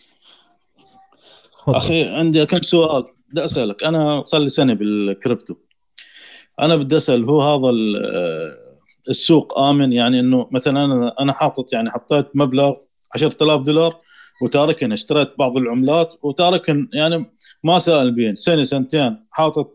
اخي عندي كم سؤال بدي اسالك. انا صار لي سنه بالكريبتو، انا بدي اسال هو هذا السوق امن؟ يعني انه مثلا انا حاطط، يعني حطيت مبلغ $10,000 وتاركن، اشتريت بعض العملات وتاركن، يعني ما سأل بين سنة سنتين، حاطط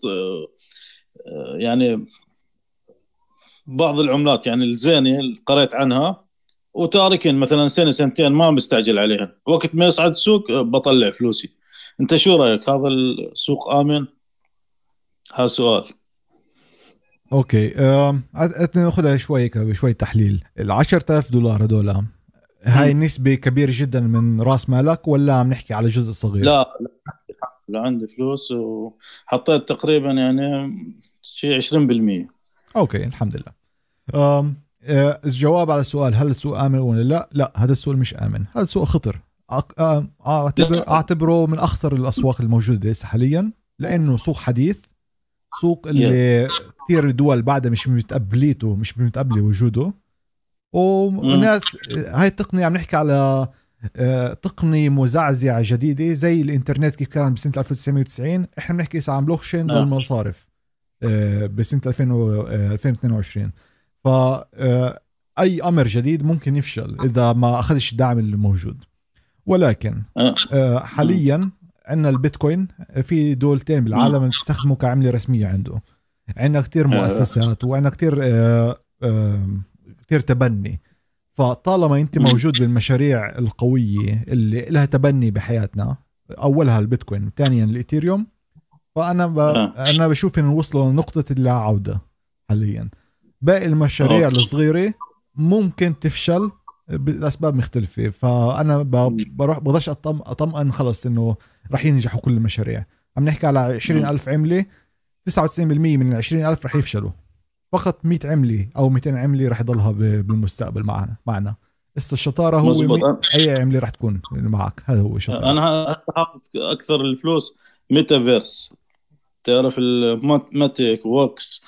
يعني بعض العملات يعني الزينة اللي قريت عنها، وتاركن مثلا سنة سنتين ما مستعجل عليهن، وقت ما يصعد السوق بطلع فلوسي. انت شو رأيك؟ هذا السوق آمن؟ هذا سؤال. اوكي ناخذها شوي تحليل. $10,000 هذول هاي النسبة كبيرة جدا من راس مالك، ولا عم نحكي على جزء صغير؟ لا عندي فلوس وحطيت تقريبا يعني شيء 20%. اوكي الحمد لله. الجواب على السؤال هل السوق آمن ولا لا، هذا السوق مش آمن، هذا السوق خطر. اعتبره من اخطر الاسواق الموجودة حاليا لانه سوق حديث، سوق اللي كثير دول بعدها مش متقبله وجوده. وناس هاي التقنيه عم نحكي على تقنيه مزعزعه جديده زي الانترنت كيف كان بسنه 1990. احنا بنحكي هسه عن بلوكشين للمصارف بسنه 2022. ف اي امر جديد ممكن يفشل اذا ما اخذش الدعم الموجود. ولكن حاليا عندنا البيتكوين في دولتين بالعالم تستخدمه كعمله رسميه عنده. عندنا كتير مؤسسات وعندنا كتير تبني. فطالما انت موجود بالمشاريع القويه اللي لها تبني بحياتنا، اولها البيتكوين ثانيا الايثيريوم، فانا انا بشوف انه وصلوا لنقطه اللا عوده حاليا. باقي المشاريع الصغيره ممكن تفشل بالاسباب مختلفه. فانا بقدرش اطمئن خلص انه راح ينجحوا كل المشاريع. عم نحكي على 20,000 عمله، 99% من 20,000 راح يفشلوا. فقط 100 عمله او 200 عمله راح يضلها بالمستقبل معنا. الشطاره هو اي عمله راح تكون معك. هذا هو الشطاره. انا حاطط اكثر الفلوس ميتافيرس، تعرف الماتيك ووكس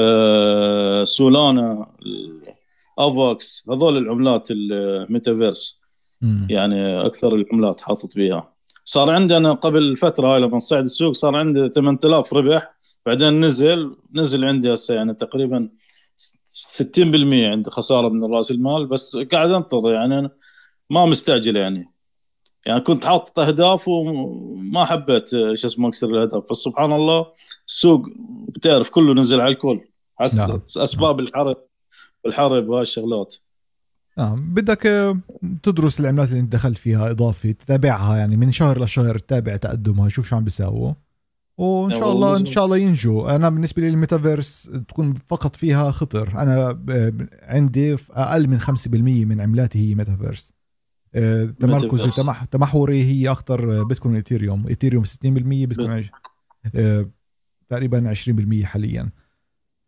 سولانا افوكس، هذول العملات الميتافيرس يعني اكثر العملات حاطط بيها. صار عندي انا قبل فتره هاي لما صعد السوق صار عندي 8000 ربح، بعدين نزل عندي هسه يعني تقريبا 60% عندي خساره من راس المال. بس قاعد انتظر يعني أنا ما مستعجل يعني كنت حاطط اهداف وما حبيت شو اسمه اكسر الاهداف. بس سبحان الله السوق بتعرف كله نزل على الكل حسب اسباب الحرب وهالشغلات. بدك تدرس العملات اللي انت دخلت فيها اضافي، تتابعها يعني من شهر لشهر، تتابع تقدمها، شوف شو عم بيساووا، وان شاء الله ينجوا. انا بالنسبه لي الميتافيرس تكون فقط فيها خطر. انا عندي اقل من 5% من عملاتي هي ميتافيرس. تمركزي تمحوري هي اكثر بيتكوين ايثيريوم 60%، بيتكوين تقريبا 20% حاليا. ف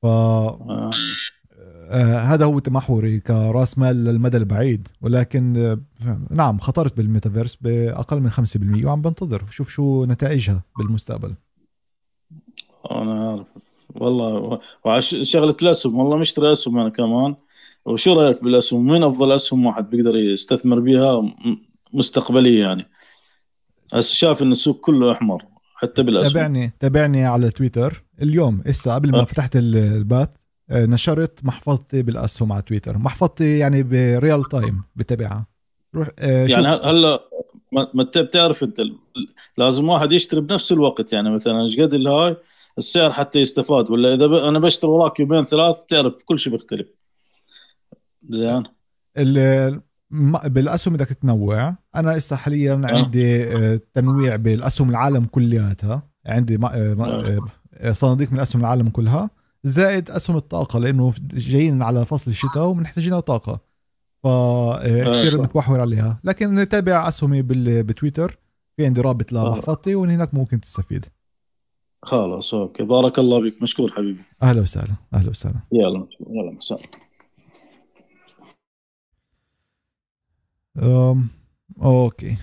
هذا هو تمحوري كراس مال للمدى البعيد. ولكن نعم خطرت بالميتافيرس باقل من 5% وعم بنتظر شوف شو نتائجها بالمستقبل. انا عارف والله. شغله الاسهم والله مشتري اسهم انا كمان. وشو رايك بالاسهم؟ مين افضل اسهم واحد بيقدر يستثمر بيها مستقبليه يعني؟ هسه شايف ان السوق كله احمر حتى بالاسهم. تابعني على تويتر اليوم هسه قبل ما فتحت البث نشرت محفظتي بالاسهم على تويتر. محفظتي يعني بريال تايم بتابعها. روح يعني هلا ما بتعرف انت لازم واحد يشتري بنفس الوقت. يعني مثلا ايش قد هاي السعر حتى يستفاد، ولا اذا انا بشتري وراك يومين ثلاث بتعرف كل شيء بيختلف. زين بالاسهم بدك تنوع. انا هسه حاليا عندي تنويع بالاسهم العالم كلياتها. عندي صناديق من اسهم العالم كلها زائد اسهم الطاقه، لانه جايين على فصل الشتاء ومحتاجين طاقه، فكثير متوحور عليها. لكن نتابع اسهمي بتويتر، في عندي رابط لمحفظتي ومن هناك ممكن تستفيد. خلاص اوكي، بارك الله بك، مشكور حبيبي. اهلا وسهلا. اهلا وسهلا. يلا مساء. اوكي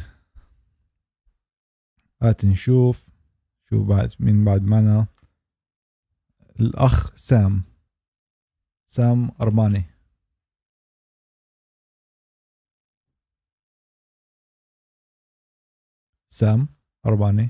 هات نشوف شو بعد مين بعد معنا. الاخ سام أرماني. سام أرماني.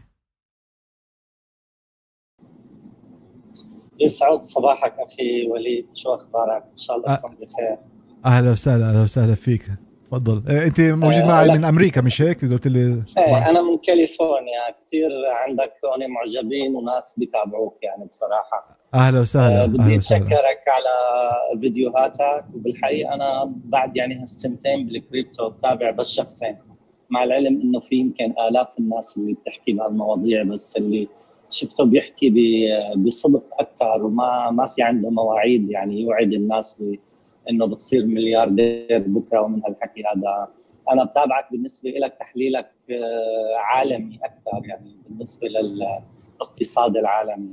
يسعد صباحك أخي وليد، شو أخبارك؟ إن شاء الله تكون بخير. أهلا وسهلا فيك. تفضل. أنت موجود معي من أمريكا مش هيك؟ إذا قلت لي أنا من كاليفورنيا. كتير عندك هون معجبين وناس بيتابعوك يعني بصراحة. أهلا وسهلا. بدي أشكرك على فيديوهاتك. وبالحقيقة أنا بعد يعني هالسنتين بالكريبتو بتابع بس شخصين، مع العلم إنه في يمكن آلاف الناس اللي بتحكي بهالمواضيع، بس اللي شفته بيحكي بصدق أكثر وما في عنده مواعيد يعني يوعد الناس إنه بتصير ملياردير بكرة ومن هالحكي هذا. أنا بتابعك بالنسبة لك تحليلك عالمي أكثر يعني بالنسبة للاقتصاد العالمي.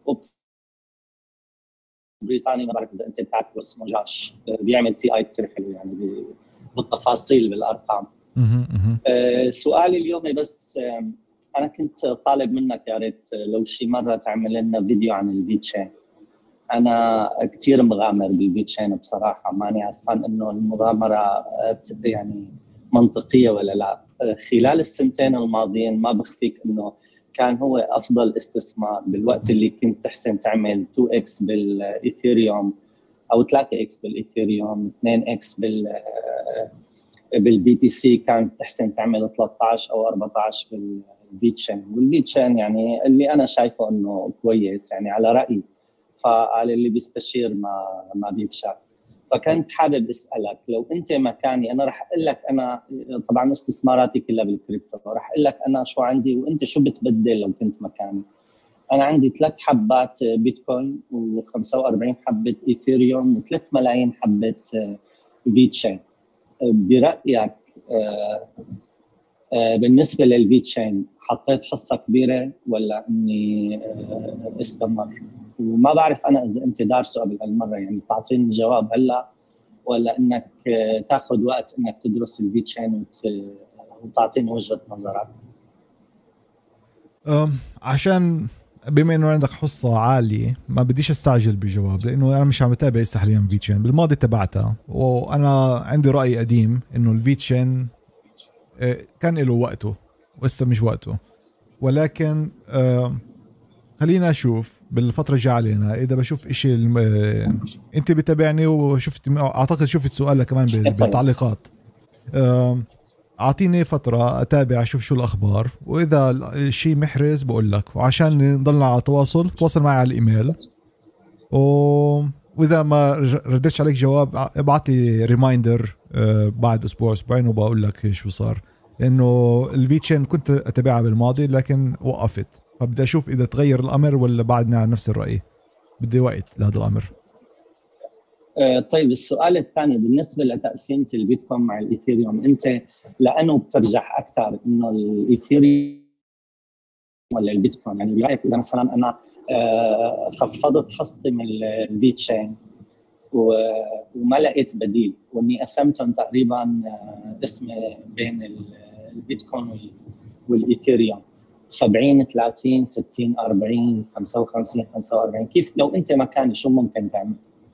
بريطاني ما بعرف إذا أنت بتعرفه اسمه جاش، بيعمل TI كثير حلو يعني بالتفاصيل بالأرقام. سؤالي اليوم بس انا كنت طالب منك يا ريت لو شي مره تعمل لنا فيديو عن الفيتشين. انا كثير مغامر بالفيتشين بصراحه، ماني عارفان انه المغامره يعني منطقيه ولا لا. خلال السنتين الماضيين ما بخفيك انه كان هو افضل استثمار بالوقت اللي كنت تحسن تعمل 2x بالايثيريوم او 3x بالايثيريوم، 2x بالبي تي سي كانت تحسن تعمل 13 او 14 بالفيتشين. والفيتشين يعني اللي انا شايفه انه كويس يعني على رايي، فقال اللي بيستشير ما بيفشل. فكنت حابب اسالك لو انت مكاني، انا راح اقول لك انا طبعا استثماراتي كلها بالكريبتو، راح اقول لك انا شو عندي وانت شو بتبدل لو كنت مكاني. انا عندي 3 حبات بيتكوين و45 حبه ايثيريوم و3 ملايين حبه فيتشين. برايك بالنسبه للفيتشين حطيت حصه كبيره ولا اني استمر؟ وما بعرف انا اذا انت دارسه قبل هالمره، يعني تعطيني جواب هلا ولا انك تاخذ وقت انك تدرس الفيتشين وتعطيني وجهه نظرك. عشان بما انه عندك حصه عاليه ما بديش استعجل بجواب، لانه انا مش عم بتابع هسه حاليا فيتشين. بالماضي تبعتها وانا عندي راي قديم انه الفيتشين كان له وقته وهسه مش وقته، ولكن خلينا اشوف بالفتره الجايه علينا اذا بشوف اشي انت بتابعني وشفت، اعتقد شفت سؤالك كمان بالتعليقات. اعطيني فتره اتابع اشوف شو الاخبار، واذا الشيء محرز بقول لك، وعشان نضلنا على تواصل معي على الايميل، واذا ما ردتش عليك جواب ابعت لي ريمايندر بعد اسبوع اسبوعين وبقول لك شو صار، لانه الفيتشين كنت اتابعها بالماضي لكن وقفت، فبدي اشوف اذا تغير الامر ولا بعدنا على نفس الراي. بدي وقت لهذا الامر. طيب السؤال الثاني بالنسبه لتقسيمه البيتكوين مع الايثيريوم، انت لانه بترجح اكثر انه الايثيريوم ولا البيتكوين؟ يعني برايك اذا مثلا انا خفضت حصتي من الفيتشين وما لقيت بديل، واني قسمتهم تقريبا اسمي بين البيتكوين والايثيريوم 70 30 60 40 55 45، كيف لو انت مكاني شو ممكن تعمل؟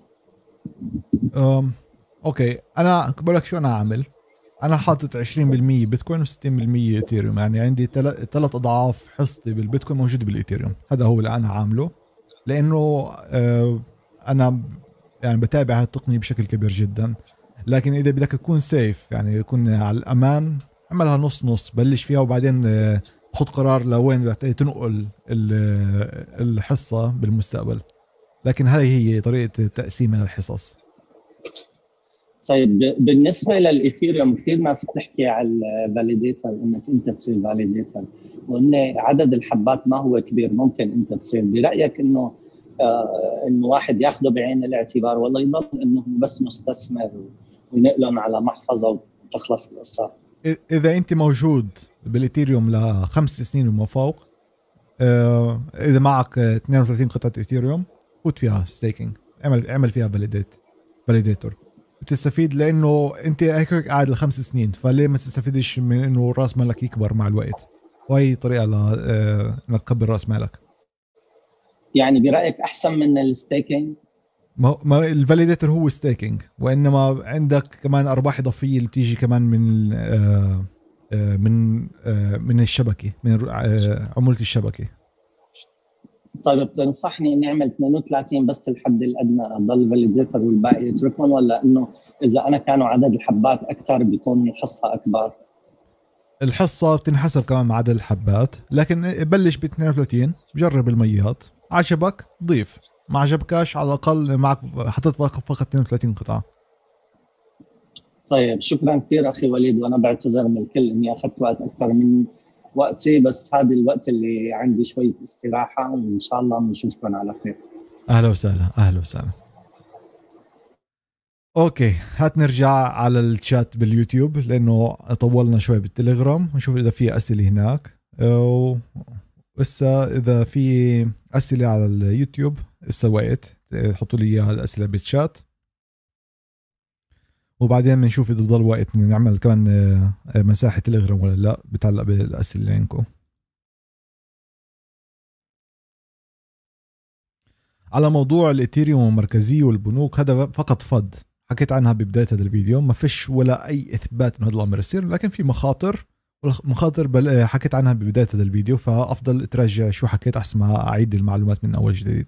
اوكي، انا بقول لك شو انا عامل. انا حاطط 20% بيتكوين و60% ايثيريوم، يعني عندي 3 اضعاف حصتي بالبيتكوين موجوده بالايثيريوم. هذا هو اللي انا عامله، لانه انا يعني بتابع هالتقنيه بشكل كبير جدا. لكن اذا بدك تكون سيف، يعني يكون على الامان، اعملها نص نص، بلش فيها وبعدين خد قرار لوين بدك تنقل الحصه بالمستقبل. لكن هذه هي طريقه تقسيم الحصص. طيب بالنسبه للايثيريوم كثير ناس بتحكي على الفاليديتر، انك انت تصير فاليديتر، وان عدد الحبات ما هو كبير، ممكن انت تصير. برايك انه واحد ياخذه بعين الاعتبار ولا يضل انه بس مستثمر وينقلهم على محفظه وتخلص القصه؟ اذا انت موجود بالايثيريوم ل5 سنين وما فوق، اذا معك 32 قطعه ايثيريوم فوت فيها ستيكينج، اعمل فيها فاليديتور، بتستفيد. لانه انت هيك قاعد ل5 سنين، فليه ما تستفيدش من انه راس مالك يكبر مع الوقت؟ وهي طريقه انك تكبر راس مالك. يعني برايك احسن من الستيكينج؟ ما الفاليديتور هو ستيكينج، وانما عندك كمان ارباح اضافيه اللي بتيجي كمان من الشبكه، من عموله الشبكه. طيب بتنصحني اني اعمل 32 بس الحد الادنى ضل فاليديتور والباقي يتركهم، ولا انه اذا انا كانوا عدد الحبات اكثر بيكون الحصه اكبر؟ الحصه بتنحسب كمان مع عدد الحبات، لكن بلش ب 32، جرب الميات، عجبك ضيف، ما عجبكاش على الاقل معك حطيت فقط 32 قطعه. طيب شكرا كثير اخي وليد، وانا بعتذر من الكل اني اخذت وقت اكثر من وقتي، بس هذا الوقت اللي عندي شويه استراحه، وان شاء الله بنشوفكم على خير. اهلا وسهلا. اهلا وسهلا. اوكي، هات نرجع على الشات باليوتيوب لانه طولنا شوي بالتليجرام، ونشوف اذا في اسئله هناك. لسه اذا في اسئله على اليوتيوب لسه وقت تحطوا لي اياها الاسئله بالشات، وبعدين بنشوف اذا بضل وقت نعمل كمان مساحه تليجرام ولا لا، بتعلق بالاسئله اللي عندكم. على موضوع الايثيريوم والمركزيه والبنوك، هذا فقط فض حكيت عنها ببدايه هذا الفيديو، ما فيش ولا اي اثبات انه هذا الامر يصير، لكن في مخاطر، والمخاطر حكيت عنها ببدايه هذا الفيديو، فافضل تراجع شو حكيت احسن ما اعيد المعلومات من اول جديد.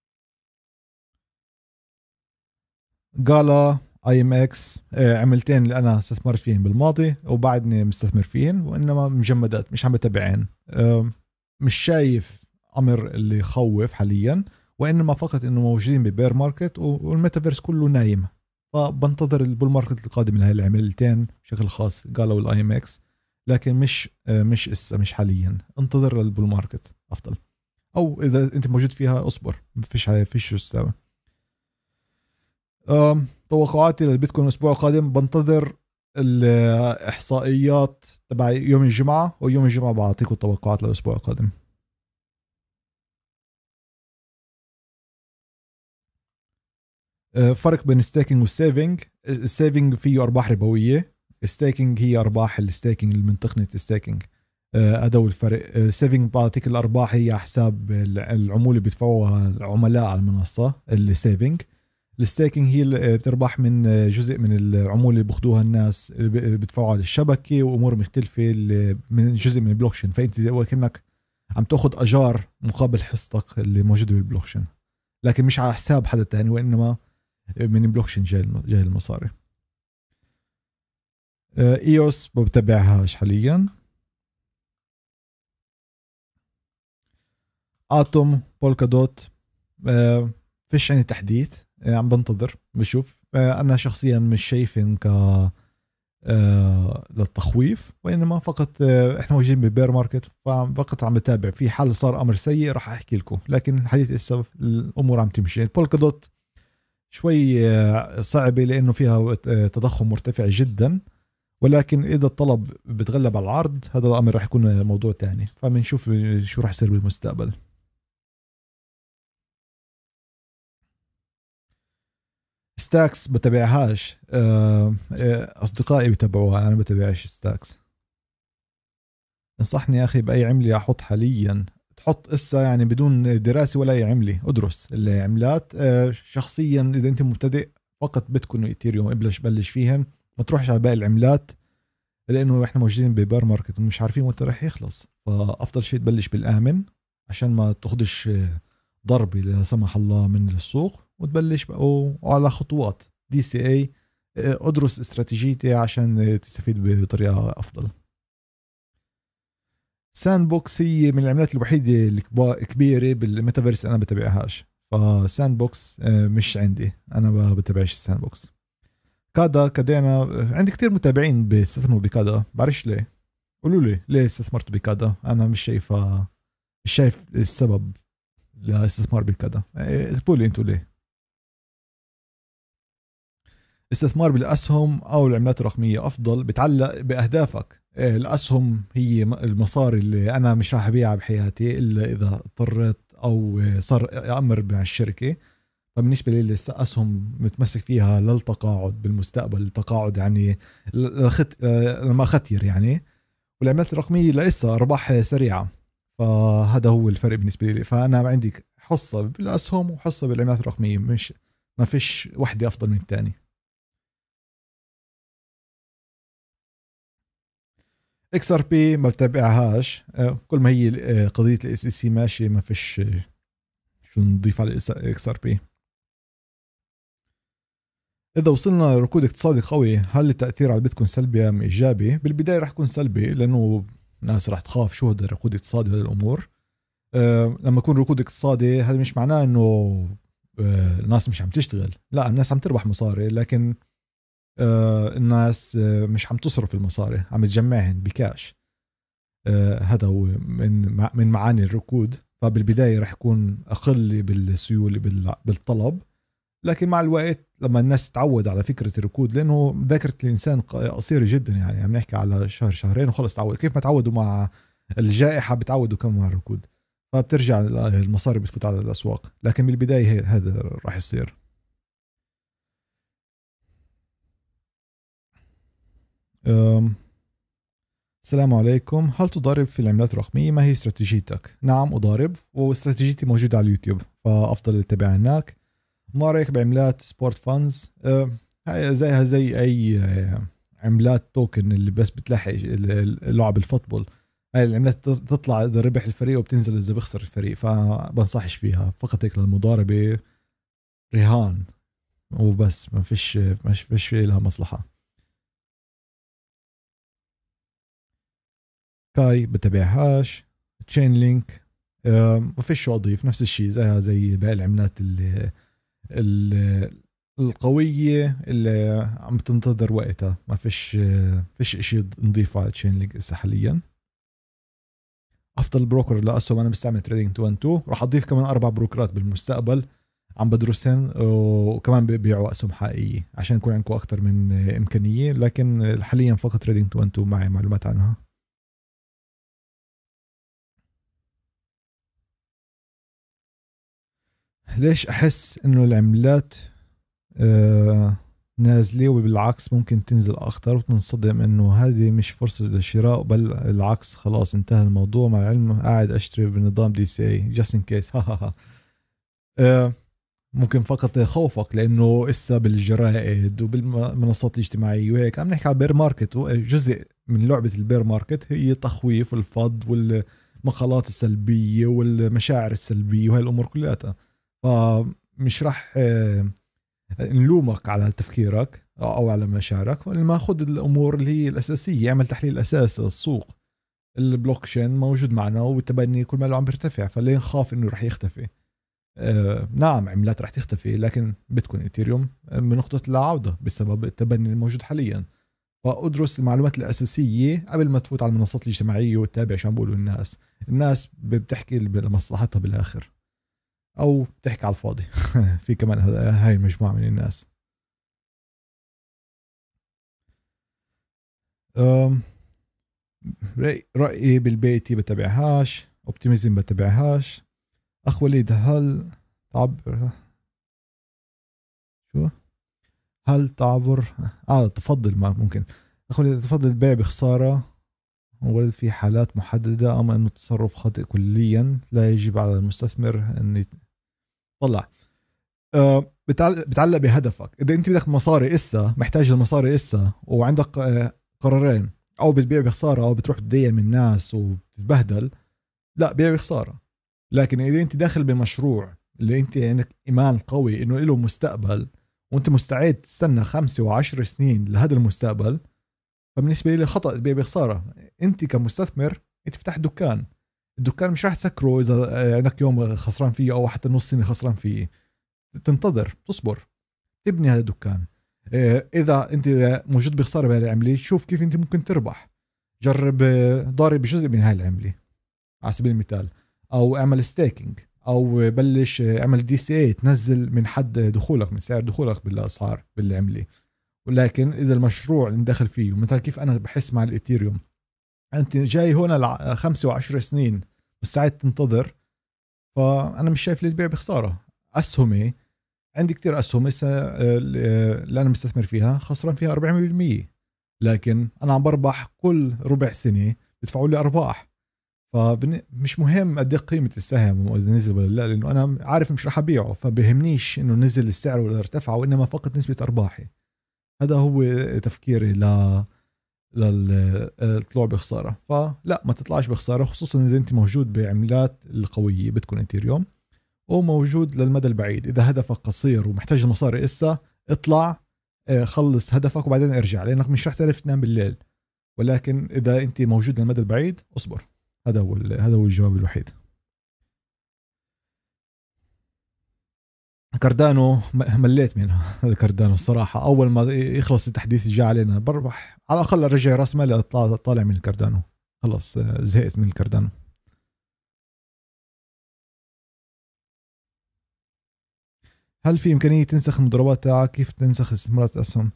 قال اي ام اكس عملتين اللي انا استثمرت فيهم بالماضي وبعدني مستثمر فيهم، وانما مجمدات مش عم بتابعين، مش شايف امر اللي يخوف حاليا، وانما فقط انه موجودين ببير ماركت والميتافيرس كله نايم، فبنتظر البول ماركت القادم لهي العملتين بشكل خاص قالوا الاي ام اكس، لكن مش حاليا، انتظر البول ماركت افضل، او اذا انت موجود فيها اصبر، فيش شو تساوي. توقعاتي للبيتكوين الاسبوع القادم، بنتظر الاحصائيات تبع يوم الجمعه، ويوم الجمعه بعطيكم توقعات للاسبوع القادم. فرق بين الستيكينج والسيفنج، السيفنج فيه ارباح ربويه، الستيكينج هي ارباح الستيكينج من تقنيه الستيكينج، هذا هو الفرق. السيفنج بعطيك الارباح هي حساب العموله اللي بيدفعوها العملاء على المنصه، السيفنج. الستيكينج هي اللي بتربح من جزء من العموله اللي بياخذوها الناس اللي بيدفعوها للشبكه وامور مختلفه من جزء من البلوكشين، فانت وكأنك عم تاخذ اجار مقابل حصتك اللي موجوده بالبلوكشين، لكن مش على حساب حدا تاني، وانما من البلوكشين جاي المصاري. ايوس ما بتابعهاش حاليا. اتوم، بولكا دوت، فيش عندي تحديث، عم بنتظر بشوف. انا شخصيا مش شايفين ك للتخويف، وانما فقط احنا موجودين ببير ماركت، فقط عم بتابع، في حال صار امر سيء راح احكي لكم، لكن الحديث هسه الامور عم تمشي. البولكا دوت شوي صعبه لانه فيها تضخم مرتفع جدا، ولكن اذا الطلب بتغلب على العرض هذا الامر راح يكون موضوع تاني، فبنشوف شو راح يصير بالمستقبل. ستاكس بتابعهاش، اصدقائي بتابعوها، انا بتابعش ستاكس. انصحني يا اخي باي عمله احط حاليا، تحط اسا يعني بدون دراسه ولا اي عمله، ادرس العملات. شخصيا اذا انت مبتدئ فقط بيتكوين وايثيريوم بلش فيهن، ما تروحش على باقي العملات، لانه احنا موجودين ببير ماركت ومش عارفين متى راح يخلص، فافضل شيء تبلش بالامن عشان ما تاخدش ضربه لا سمح الله من السوق، وتبلش على خطوات DCA. ادرس استراتيجيتي عشان تستفيد بطريقه افضل. ساند بوكس هي من العملات الوحيده الكبيره بالميتافيرس انا بتابعهاش، فساند بوكس مش عندي، انا ما بتابعش الساند بوكس. كادانا عندي كتير متابعين بيستثمروا بكادا، بعرفش ليه، قولوا لي ليه استثمرت بكادا، انا مش شايف السبب لاستثمار بالكادا، اكتبوا لي انتوا ليه. استثمار بالاسهم او العملات الرقميه افضل، بتعلق باهدافك. الاسهم هي المصاري اللي انا مش راح ابيعها بحياتي الا اذا اضطريت او صار امر مع الشركه، فبالنسبه لي الاسهم متمسك فيها للتقاعد بالمستقبل، التقاعد يعني لما ختير يعني، والعملات الرقميه لسه ارباح سريعه، فهذا هو الفرق بالنسبه لي. فانا عندي حصه بالاسهم وحصه بالعملات الرقميه، مش ما فيش وحده افضل من الثاني. XRP ما بتابعهاش، كل ما هي قضيه SEC ماشي، ما فيش شو نضيف على XRP. إذا وصلنا لركود اقتصادي قوي، هل التأثير على البيتكوين سلبي أم إيجابي؟ بالبداية راح يكون سلبي، لأنه الناس راح تخاف شو هذا الركود الاقتصادي وهذه الأمور. لما يكون ركود اقتصادي هذا مش معناه إنه الناس مش عم تشتغل، لا الناس عم تربح مصاري، لكن الناس مش عم تصرف المصاري، عم تجمعهن بكاش. هذا هو من معاني الركود. فبالبداية راح يكون أقل بالسيولة بالطلب، لكن مع الوقت لما الناس تعود على فكرة الركود، لأنه ذاكرة الإنسان قصيرة جدا، يعني عم نحكي على شهر شهرين وخلص تعود، كيف ما تعودوا مع الجائحة بتعودوا كم مع الركود، فبترجع المصاري بتفوت على الأسواق، لكن بالبداية هذا راح يصير. السلام عليكم، هل تضارب في العملات الرقمية؟ ما هي استراتيجيتك؟ نعم أضارب، واستراتيجيتي موجودة على اليوتيوب فأفضل تتابع هناك. ما رأيك بعملات سبورت فانز؟ هاي زيها زي أي عملات توكن اللي بس بتلاحق لعب الفوتبول. هاي العملات تطلع إذا ربح الفريق وبتنزل إذا بخسر الفريق، فبنصحش فيها، فقط هيك للمضاربة رهان وبس، ما فيش لها مصلحة. كاي بتابعهاش. تشين لينك ما فيش شو أضيف، نفس الشيء زيها زي باقي العملات القوية اللي عم تنتظر وقتها، ما فيش إشي نضيفه على تشين لينك إسا حاليا. أفضل بروكر لأسهم أنا بستعمل تريدينج 212، راح أضيف كمان 4 بروكرات بالمستقبل عم بدرسهن، وكمان بيبيعوا أسهم حقيقية عشان يكون عندكم أكتر من إمكانية، لكن حاليا فقط تريدينج 212 معي معلومات عنها. ليش أحس إنه العملات نازلة وبالعكس ممكن تنزل أخطر، وتنصدم إنه هذه مش فرصة للشراء بل العكس، خلاص انتهى الموضوع، مع العلم قاعد أشتري بنظام DCA just in case. ممكن فقط خوفك لأنه إسا بالجرائد وبالمنصات الاجتماعية وهيك عم نحكي على بير ماركت، وجزء من لعبة البير ماركت هي تخويف والفض والمقالات السلبية والمشاعر السلبية وهي الأمور كلها، فمش راح نلومك على تفكيرك أو على مشاعرك، وإنما خذ الأمور اللي هي الأساسية، يعمل تحليل أساس السوق. البلوكشين موجود معنا والتبني كل ما له عم بيرتفع، فليه نخاف إنه رح يختفي؟ نعم عملات رح تختفي، لكن بتكون إيثيريوم من نقطة العودة بسبب التبني الموجود حاليا. فأدرس المعلومات الأساسية قبل ما تفوت على المنصات الاجتماعية وتتابع شو عم بيقولوا الناس بتحكي لمصلحتها بالآخر أو بتحكي على الفاضي. في كمان هاي مجموعة من الناس. رأيي بالبيتي بتابعهاش، اوبتيميزم بتابعهاش. أخ وليد هل تعبر تفضل، ما ممكن أخ وليد تفضل البيع بخسارة ورد في حالات محددة، أما أنه تصرف خاطئ كليا لا يجب على المستثمر أن يطلع. بتعلق بهدفك. إذا أنت بدك مصاري إسا، محتاج المصاري إسا، وعندك قرارين، أو بتبيع بخسارة أو بتروح تدين من الناس وتتبهدل، لا بيع بخسارة. لكن إذا أنت داخل بمشروع اللي أنت عندك إيمان قوي إنه له مستقبل وأنت مستعد تستنى 5 و10 سنين لهذا المستقبل، فبالنسبة لي خطأ تبيع بخسارة. أنت كمستثمر أنت فتح الدكان مش راح تسكره إذا عندك يوم خسران فيه أو حتى نص سنة خسران فيه، تنتظر تصبر تبني هذا الدكان. إذا أنت موجود بخسارة بهذه العملية، شوف كيف أنت ممكن تربح. جرب ضارب جزء من هاي العملية على سبيل المثال، أو اعمل ستيكينج، أو بلش اعمل DCA تنزل من حد دخولك، من سعر دخولك بالأسعار بالعملة. ولكن إذا المشروع اللي ندخل فيه، مثلا كيف أنا بحس مع الإيثيريوم، أنت جاي هنا 5 و10 سنين مستعد تنتظر، فأنا مش شايف لي البيع بخسارة. أسهمي عندي كتير أسهم اللي أنا مستثمر فيها خسران فيها 40%، لكن أنا عم بربح كل ربع سنة بدفعوا لي أرباح. فمش مهم قد قيمة السهم وإذا نزل ولا لا، لأنه أنا عارف مش رح أبيعه، فبهمنيش إنه نزل السعر ولا ارتفع، وإنما فقط نسبة أرباحي. هذا هو تفكيري للطلوع بخسارة. فلا، ما تطلعش بخسارة، خصوصا إذا أنت موجود بعملات القوية بتكون إيثيريوم وموجود للمدى البعيد. إذا هدفك قصير ومحتاج المصاري إسا، اطلع خلص هدفك وبعدين ارجع، لأنك مش رح تعرف تنام بالليل. ولكن إذا أنت موجود للمدى البعيد اصبر. هذا هو الجواب الوحيد. كاردانو مليت منها. هذا كاردانو الصراحة أول ما يخلص التحديث جاء علينا بربح، على الأقل رجع راس مالي طالع من الكاردانو، خلص زهقت من الكاردانو. هل في إمكانية تنسخ المضاربات تاعك؟ كيف تنسخ استثمارات أسهم؟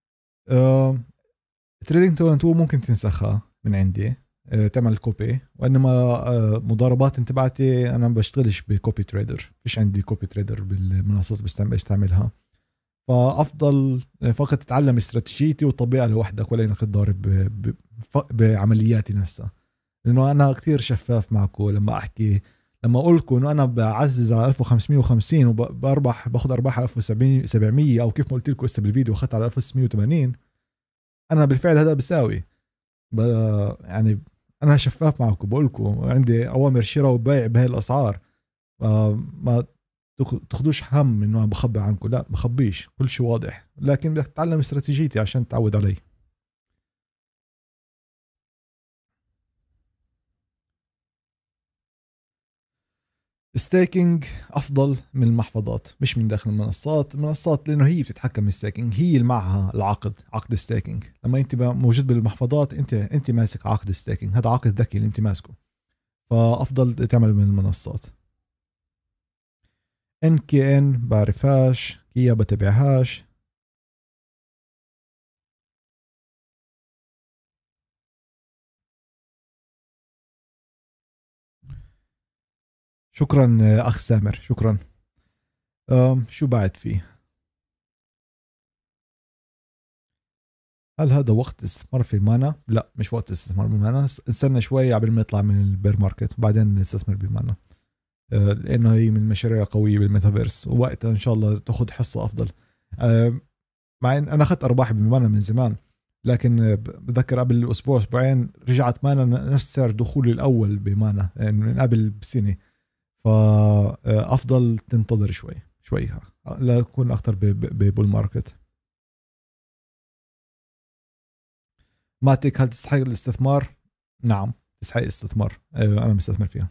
تريدينج 212 ممكن تنسخها من عندي، تعمل كوبي، وإنما مضاربات انتبعتي أنا ما بشتغلش بكوبي تريدر، فيش عندي كوبي تريدر بالمنصات بستعملها، فافضل فقط تتعلم استراتيجيتي وتطبيقها لوحدك ولا انك تضارب بعملياتي نفسها. لانه انا كثير شفاف معكم لما احكي، لما اقول لكم انه انا بعزز على 1550 وبربح باخذ ارباح على 1700 او كيف ما قلت لكم هسه بالفيديو اخذت على 1680، انا بالفعل هذا بساوي يعني انا شفاف معكم، بقول لكم عندي اوامر شراء وبيع بهاي الاسعار، ما تاخذوش هم انه انا بخبي عنكم، لا بخبيش، كل شيء واضح، لكن بدك تتعلم استراتيجيتي عشان تعود علي. ستيكينج افضل من المحفظات، مش من داخل المنصات لانه هي بتتحكم بالستيكينج، هي اللي معها العقد، عقد ستيكينج. لما انت موجود بالمحفظات انت ماسك عقد ستيكينج، هذا عقد ذكي اللي انت ماسكه، فافضل تعمل من المنصات. NKN بعرفهاش، كيا بتابعهاش. شكرا اخ سامر، شكرا. شو بعد فيه؟ هل هذا وقت استثمار في مانا؟ لا مش وقت استثمار بمانا، نستنى شوي قبل ما يطلع من البير ماركت وبعدين نستثمر بمانا، لانه هي من المشاريع القويه بالميتافيرس، ووقتها ان شاء الله تاخذ حصه افضل. مع ان انا اخذت ارباح بمانا من زمان، لكن بذكر قبل اسبوعين رجعت مانا نفس سعر دخولي الاول بمانا يعني من قبل بسنه، فافضل تنتظر شوي لا تكون اكثر ببول ماركت. ماتيك هل تستحق الاستثمار؟ نعم تستحق الاستثمار، انا مستثمر فيها.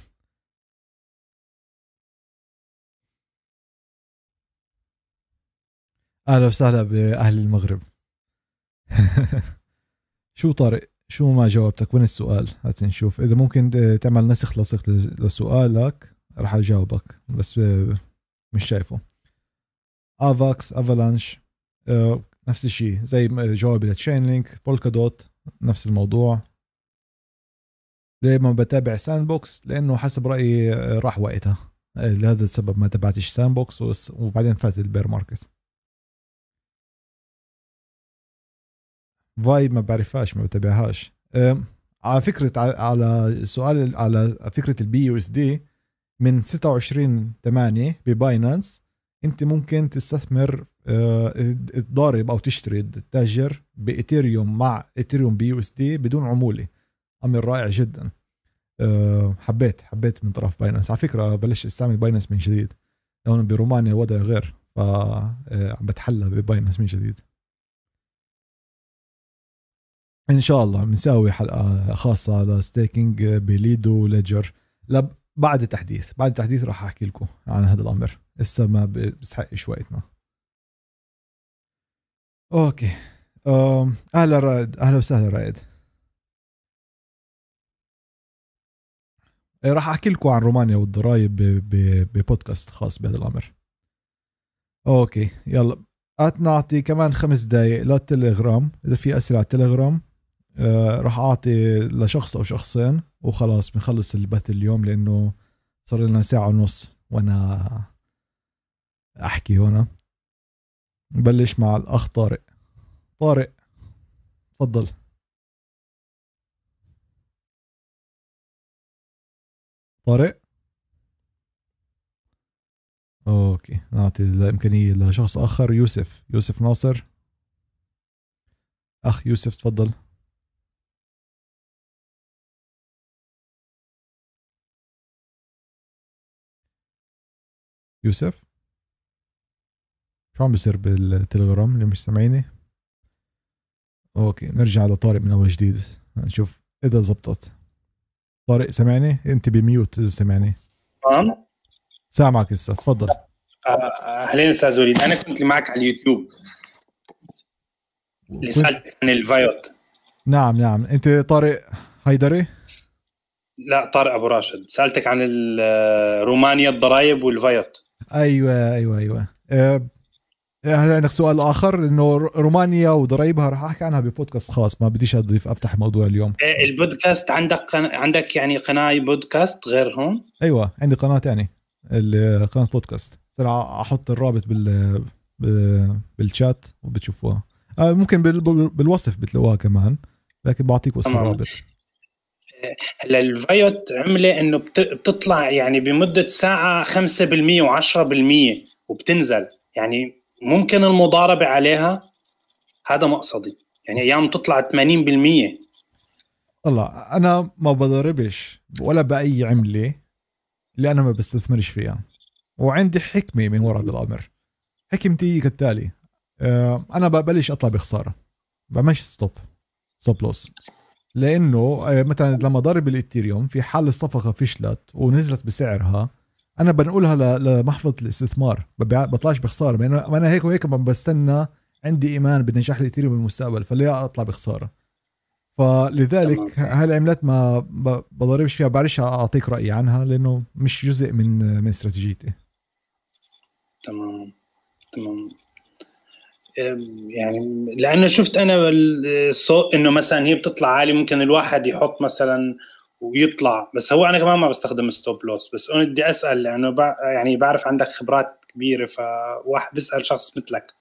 اهلا وسهلا باهل المغرب. شو طارق، شو ما جاوبتك؟ وين السؤال؟ هات نشوف اذا ممكن تعمل نسخ لصق لسؤالك راح اجاوبك، بس مش شايفه. افاكس افالانش نفس الشيء زي جوابي لتشين لينك. بولكا دوت نفس الموضوع. ليه ما بتابع ساند بوكس؟ لانه حسب رايي راح وقتها، لهذا السبب ما تبعتش ساند بوكس، وبعدين فات البير ماركت. فاي ما بعرفهاش، ما بتابعهاش. على فكره، على سؤال على فكره البي يو اس دي من 26/8 بباينانس، انت ممكن تستثمر تضارب او تشتري تتاجر بايثيريوم مع ايثيريوم بي يو اس دي بدون عموله. امر رائع جدا. حبيت من طرف باينانس. على فكره بلش استعمل باينانس من جديد، هون برومانيا الوضع غير، عم بتحلى بباينانس من جديد. ان شاء الله بنساوي حلقه خاصه على ستيكينج بليدو ليدجر بعد التحديث راح احكي لكم عن هذا الامر، لسه ما بسحق شويتنا. اوكي. اهلا رائد، اهلا وسهلا رائد. راح احكي لكم عن رومانيا والضرائب ببودكاست خاص بهذا الامر. اوكي يلا نعطي كمان 5 دقائق للتليجرام، اذا في اسئله على التليجرام راح اعطي لشخص او شخصين وخلاص بنخلص البث اليوم، لانه صار لنا 1.5 ساعة وانا احكي هنا. نبلش مع الاخ طارق. تفضل. طارق اوكي، نعطي الامكانيه لشخص اخر. يوسف ناصر. اخ يوسف تفضل. يوسف شو عم بيصير بالتليجرام اللي مش سامعيني؟ اوكي نرجع لطارق من اول جديد نشوف اذا زبطت. طارق سامعني؟ انت بميوت اذا سامعني. تمام سامعك هسه، تفضل. اهلين استاذ وليد، انا كنت معك على اليوتيوب اللي سالتك عن الفايوت. نعم انت طارق هيدري؟ لا طارق ابو راشد. سالتك عن رومانيا الضرائب والفايوت. ايوه هل عندك سؤال اخر؟ انه رومانيا وضرائبها راح احكي عنها ببودكاست خاص، ما بديش افتح موضوع اليوم. البودكاست عندك يعني قناه بودكاست غير هون؟ ايوه عندي قناه ثانيه، قناه بودكاست. احط الرابط بالشات وبتشوفوها. ممكن بالوصف بتلاقوها كمان، لكن بعطيك وصف الرابط. هلا الرايوت عمله انه بتطلع يعني بمده ساعه 5% و10% وبتنزل، يعني ممكن المضاربه عليها. هذا مقصدي، يعني ايام تطلع 80%. والله انا ما بضربش ولا باي عمله اللي انا ما بستثمرش فيها، وعندي حكمه من وراء هذا الامر. حكمتي كالتالي: انا ببلش اطلع بخساره، بعملش ستوب لوس، لانه مثلا لما ضرب الايثيريوم في حال الصفقه فشلت ونزلت بسعرها، انا بنقولها لمحفظه الاستثمار، بطلعش بخساره. ما انا هيك وهيك بستنى، عندي ايمان بنجاح الايثيريوم بالمستقبل، فليه اطلع بخساره؟ فلذلك هاي العملات ما بضربش فيها، بعرفش اعطيك رايي عنها لانه مش جزء من استراتيجيتي. تمام. يعني لانه شفت انا الصوت انه مثلا هي بتطلع عالي، ممكن الواحد يحط مثلا ويطلع، بس هو انا كمان ما بستخدم ستوب لوس. بس انا بدي اسال لانه يعني بعرف عندك خبرات كبيره، فواحد بيسال شخص مثلك.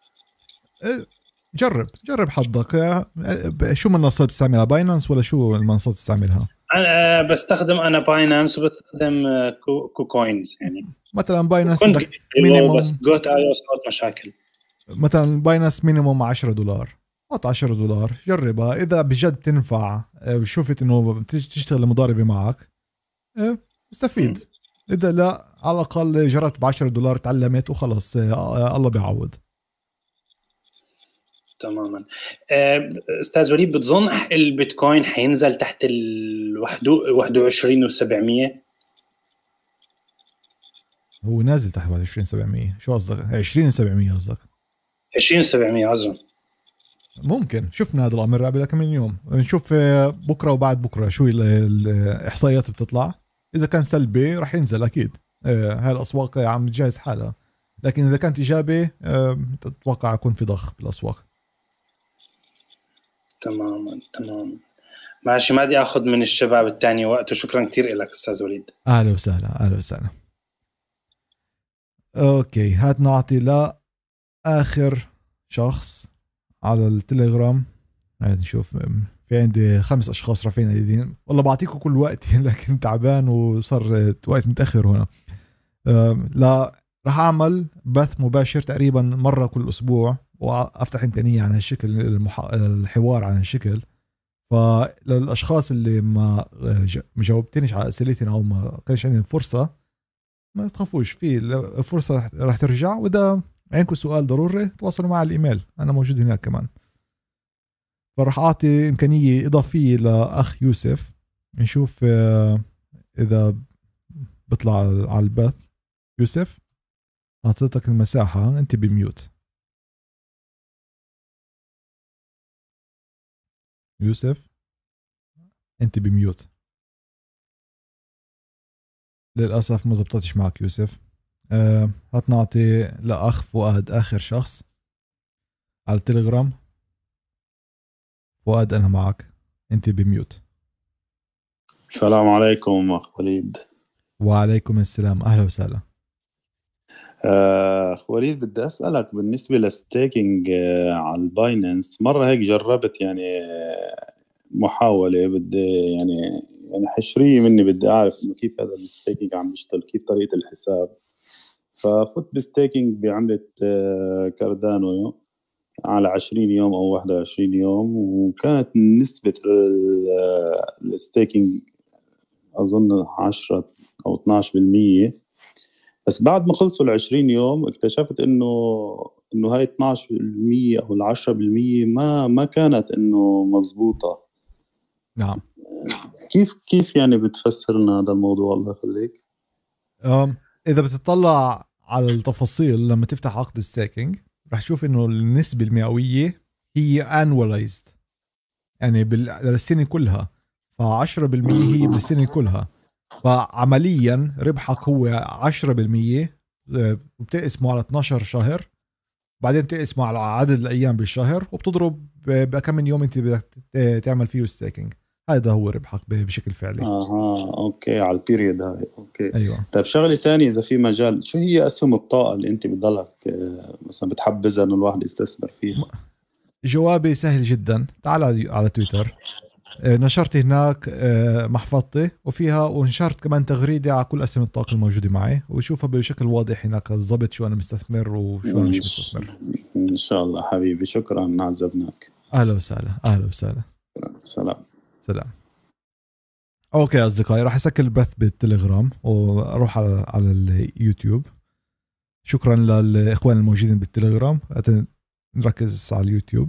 جرب حظك. شو منصات بتستعملها؟ باينانس ولا شو المنصات تستعملها؟ انا بستخدم باينانس، وبستخدم كوكوينز. يعني مثلا باينانس مينيموم، بس جوت ايو صوت مشاكل. مثلا باينانس مينيموم $10، حط $10 جربها، اذا بجد تنفع وشوفت انه تشتغل المضاربه معك استفيد. اذا لا، على الاقل جربت $10 تعلمت وخلص، الله بيعوض. تماما. استاذ وليد، بتظن البيتكوين حينزل تحت 21,700؟ هو نازل تحت 21,700. شو قصدك؟ 20,700 قصدك؟ 20,700 عذرا. ممكن شفنا هذا الامر قبل كم من يوم، نشوف بكره وبعد بكره شو الاحصائيات بتطلع. اذا كان سلبي راح ينزل اكيد. هاي الاسواق عم تجهز حالها، لكن اذا كانت ايجابي اتوقع يكون في ضخ بالاسواق. تمام. ماشي، ما بدي اخذ من الشباب الثاني وقت، وشكرا كثير لك استاذ وليد. اهلا وسهلا. اوكي، هات نعطي لاخر شخص على التليجرام. هاي نشوف، في عندي 5 اشخاص رافعين ايدين. والله بعطيكم كل وقتي لكن تعبان وصار وقت متاخر هنا. لا، راح اعمل بث مباشر تقريبا مره كل اسبوع، وافتح امكانيه عن هالشكل، الحوار عن هالشكل. فللاشخاص اللي ما جاوبتنيش على اسئلتنا او ما كانش عندي فرصه، ما تخافوش، في الفرصه راح ترجع. واذا عندكم سؤال ضروري تواصلوا مع الايميل، انا موجود هناك كمان. فراح اعطي امكانيه اضافيه لاخ يوسف، نشوف اذا بطلع على البث. يوسف، اعطيتك المساحه، انت بميوت. يوسف انت بميوت. للاسف ما زبطتش معك يوسف. هتنعطي لاخ فؤاد، اخر شخص على التليجرام. فؤاد انا معك، انت بميوت. السلام عليكم اخ وليد. وعليكم السلام، اهلا وسهلا. اخ وليد، بدي اسالك بالنسبه للستيكينج على الباينانس. مره هيك جربت يعني محاوله، بدي يعني حشريه مني، بدي اعرف انه كيف هذا الستيكينج عم بيشتغل، كيف طريقه الحساب. ففوت بستيكينج بعمله كاردانو على 20 يوم او 21 يوم، وكانت نسبه الستيكينج اظن 10 او 12%. بس بعد ما خلصوا 20 يوم اكتشفت انه هاي 12% او 10% ما كانت انه مزبوطة. نعم. كيف يعني بتفسر لنا هذا الموضوع؟ الله يخليك. اذا بتطلع على التفاصيل لما تفتح عقد الستيكينج راح تشوف انه النسبة المئوية هي annualized، يعني للسنة كلها. ف10% هي بالسنة كلها، فعمليا ربحك هو 10%، وبتقسمه على 12 شهر، بعدين تقسمه على عدد الأيام بالشهر، وبتضرب بكم من يوم انت بدك تعمل فيه ستيكينج. هذا هو ربحك بشكل فعلي. اوكي، على البيريد هاي. اوكي ايوه. طيب شغله تانية، اذا في مجال، شو هي اسهم الطاقه اللي انت بتضلك مثلا بتحبذها انه الواحد يستثمر فيها؟ جوابي سهل جدا، تعال على تويتر، نشرت هناك محفظتي وفيها، ونشرت كمان تغريدة على كل أسهم الطاقة الموجودة معي، وشوفها بشكل واضح هناك بالضبط شو أنا مستثمر وشو أنا مش مستثمر. إن شاء الله حبيبي، شكرا، عزبناك. أهلا وسهلا. أهلا وسهلا. سلام. أوكي أصدقائي، راح أسكر البث بالتليجرام وأروح على اليوتيوب. شكرا للإخوان الموجودين بالتليجرام، نركز على اليوتيوب.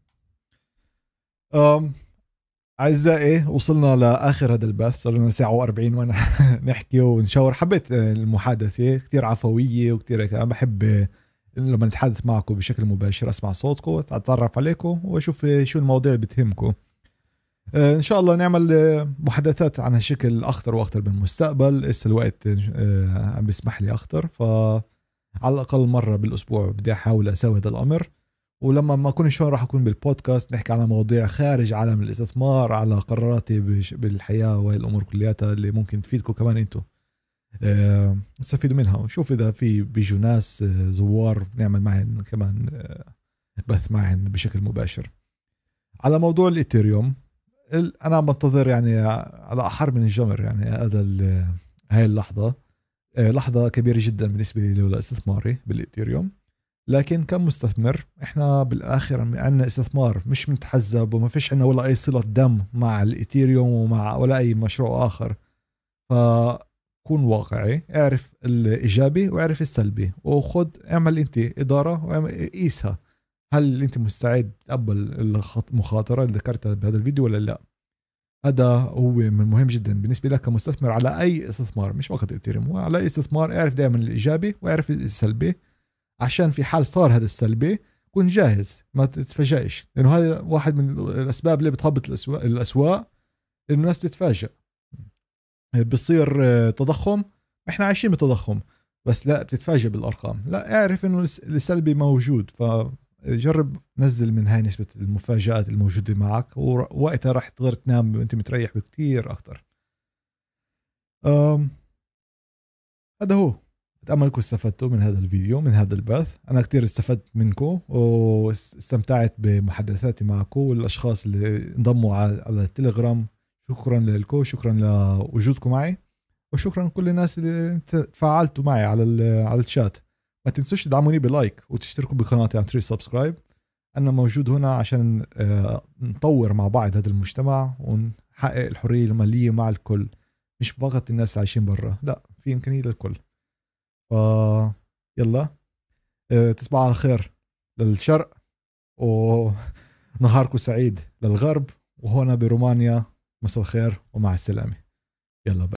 أعزائي، وصلنا لآخر هذا البث، صار لنا ساعة و40 وأنا نحكي ونشاور. حبيت المحادثة كتير عفوية وكتير أنا بحب لما نتحدث معكم بشكل مباشر، أسمع صوتكم، أتعرف عليكم وأشوف شو المواضيع اللي بتهمكم. إن شاء الله نعمل محادثات عن هالشكل أخطر وأخطر بالمستقبل. إسا الوقت عم بيسمح لي أخطر، فعلى الأقل مرة بالأسبوع بدي أحاول أسوي هذا الأمر. ولما ما أكون شو راح أكون بالبودكاست نحكي على مواضيع خارج عالم الاستثمار، على قراراتي بالحياة وهي الأمور كلياتها اللي ممكن تفيدكم كمان أنتوا تستفيدوا منها. وشوف إذا في بيجوا ناس زوار نعمل معهم كمان بث معهم بشكل مباشر. على موضوع الإيثيريوم، أنا منتظر يعني على أحر من الجمر، يعني هاي اللحظة لحظة كبيرة جدا بالنسبة لي للاستثماري بالإيثيريوم. لكن كمستثمر احنا بالاخر عندنا استثمار مش متحزب، وما فيش عندنا ولا اي صلة دم مع الإيثيريوم ومع ولا اي مشروع اخر. فكون واقعي، اعرف الايجابي واعرف السلبي، اعمل انت ادارة وقيسها. هل انت مستعد تقبل المخاطرة اللي ذكرتها بهذا الفيديو ولا لا؟ هذا هو من مهم جدا بالنسبة لك كمستثمر على اي استثمار، مش فقط إيثيريوم، وعلى اي استثمار اعرف دائما الايجابي واعرف السلبي، عشان في حال صار هذا السلبي كن جاهز، ما تتفاجئش. لأنه هذا واحد من الأسباب اللي بتهبط الأسواق، إنه الناس تتفاجئ. بصير تضخم، إحنا عايشين بتضخم، بس لا بتتفاجئ بالأرقام. لا، اعرف إنه السلبي موجود، فجرب نزل من هاي نسبة المفاجآت الموجودة معك، ووقتها راح تقدر تنام وأنت متريح بكتير أكتر. هذا هو. أتأمل أنكم استفدتوا من هذا الفيديو، من هذا البث. أنا كتير استفدت منكم واستمتعت بمحادثاتي معكم والأشخاص اللي انضموا على التليجرام. شكرا لكم، شكرا لوجودكم معي، وشكرا لكل الناس اللي تفاعلتوا معي على الشات. ما تنسوش تدعموني بلايك وتشتركوا بقناتي عن طريق سبسكرايب. أنا موجود هنا عشان نطور مع بعض هذا المجتمع ونحقق الحرية المالية مع الكل، مش فقط الناس اللي عايشين برا، لا، في إمكانية للكل. يلا تصبح على خير للشرق، ونهاركم سعيد للغرب، وهنا برومانيا مساء الخير ومع السلامة. يلا بقى.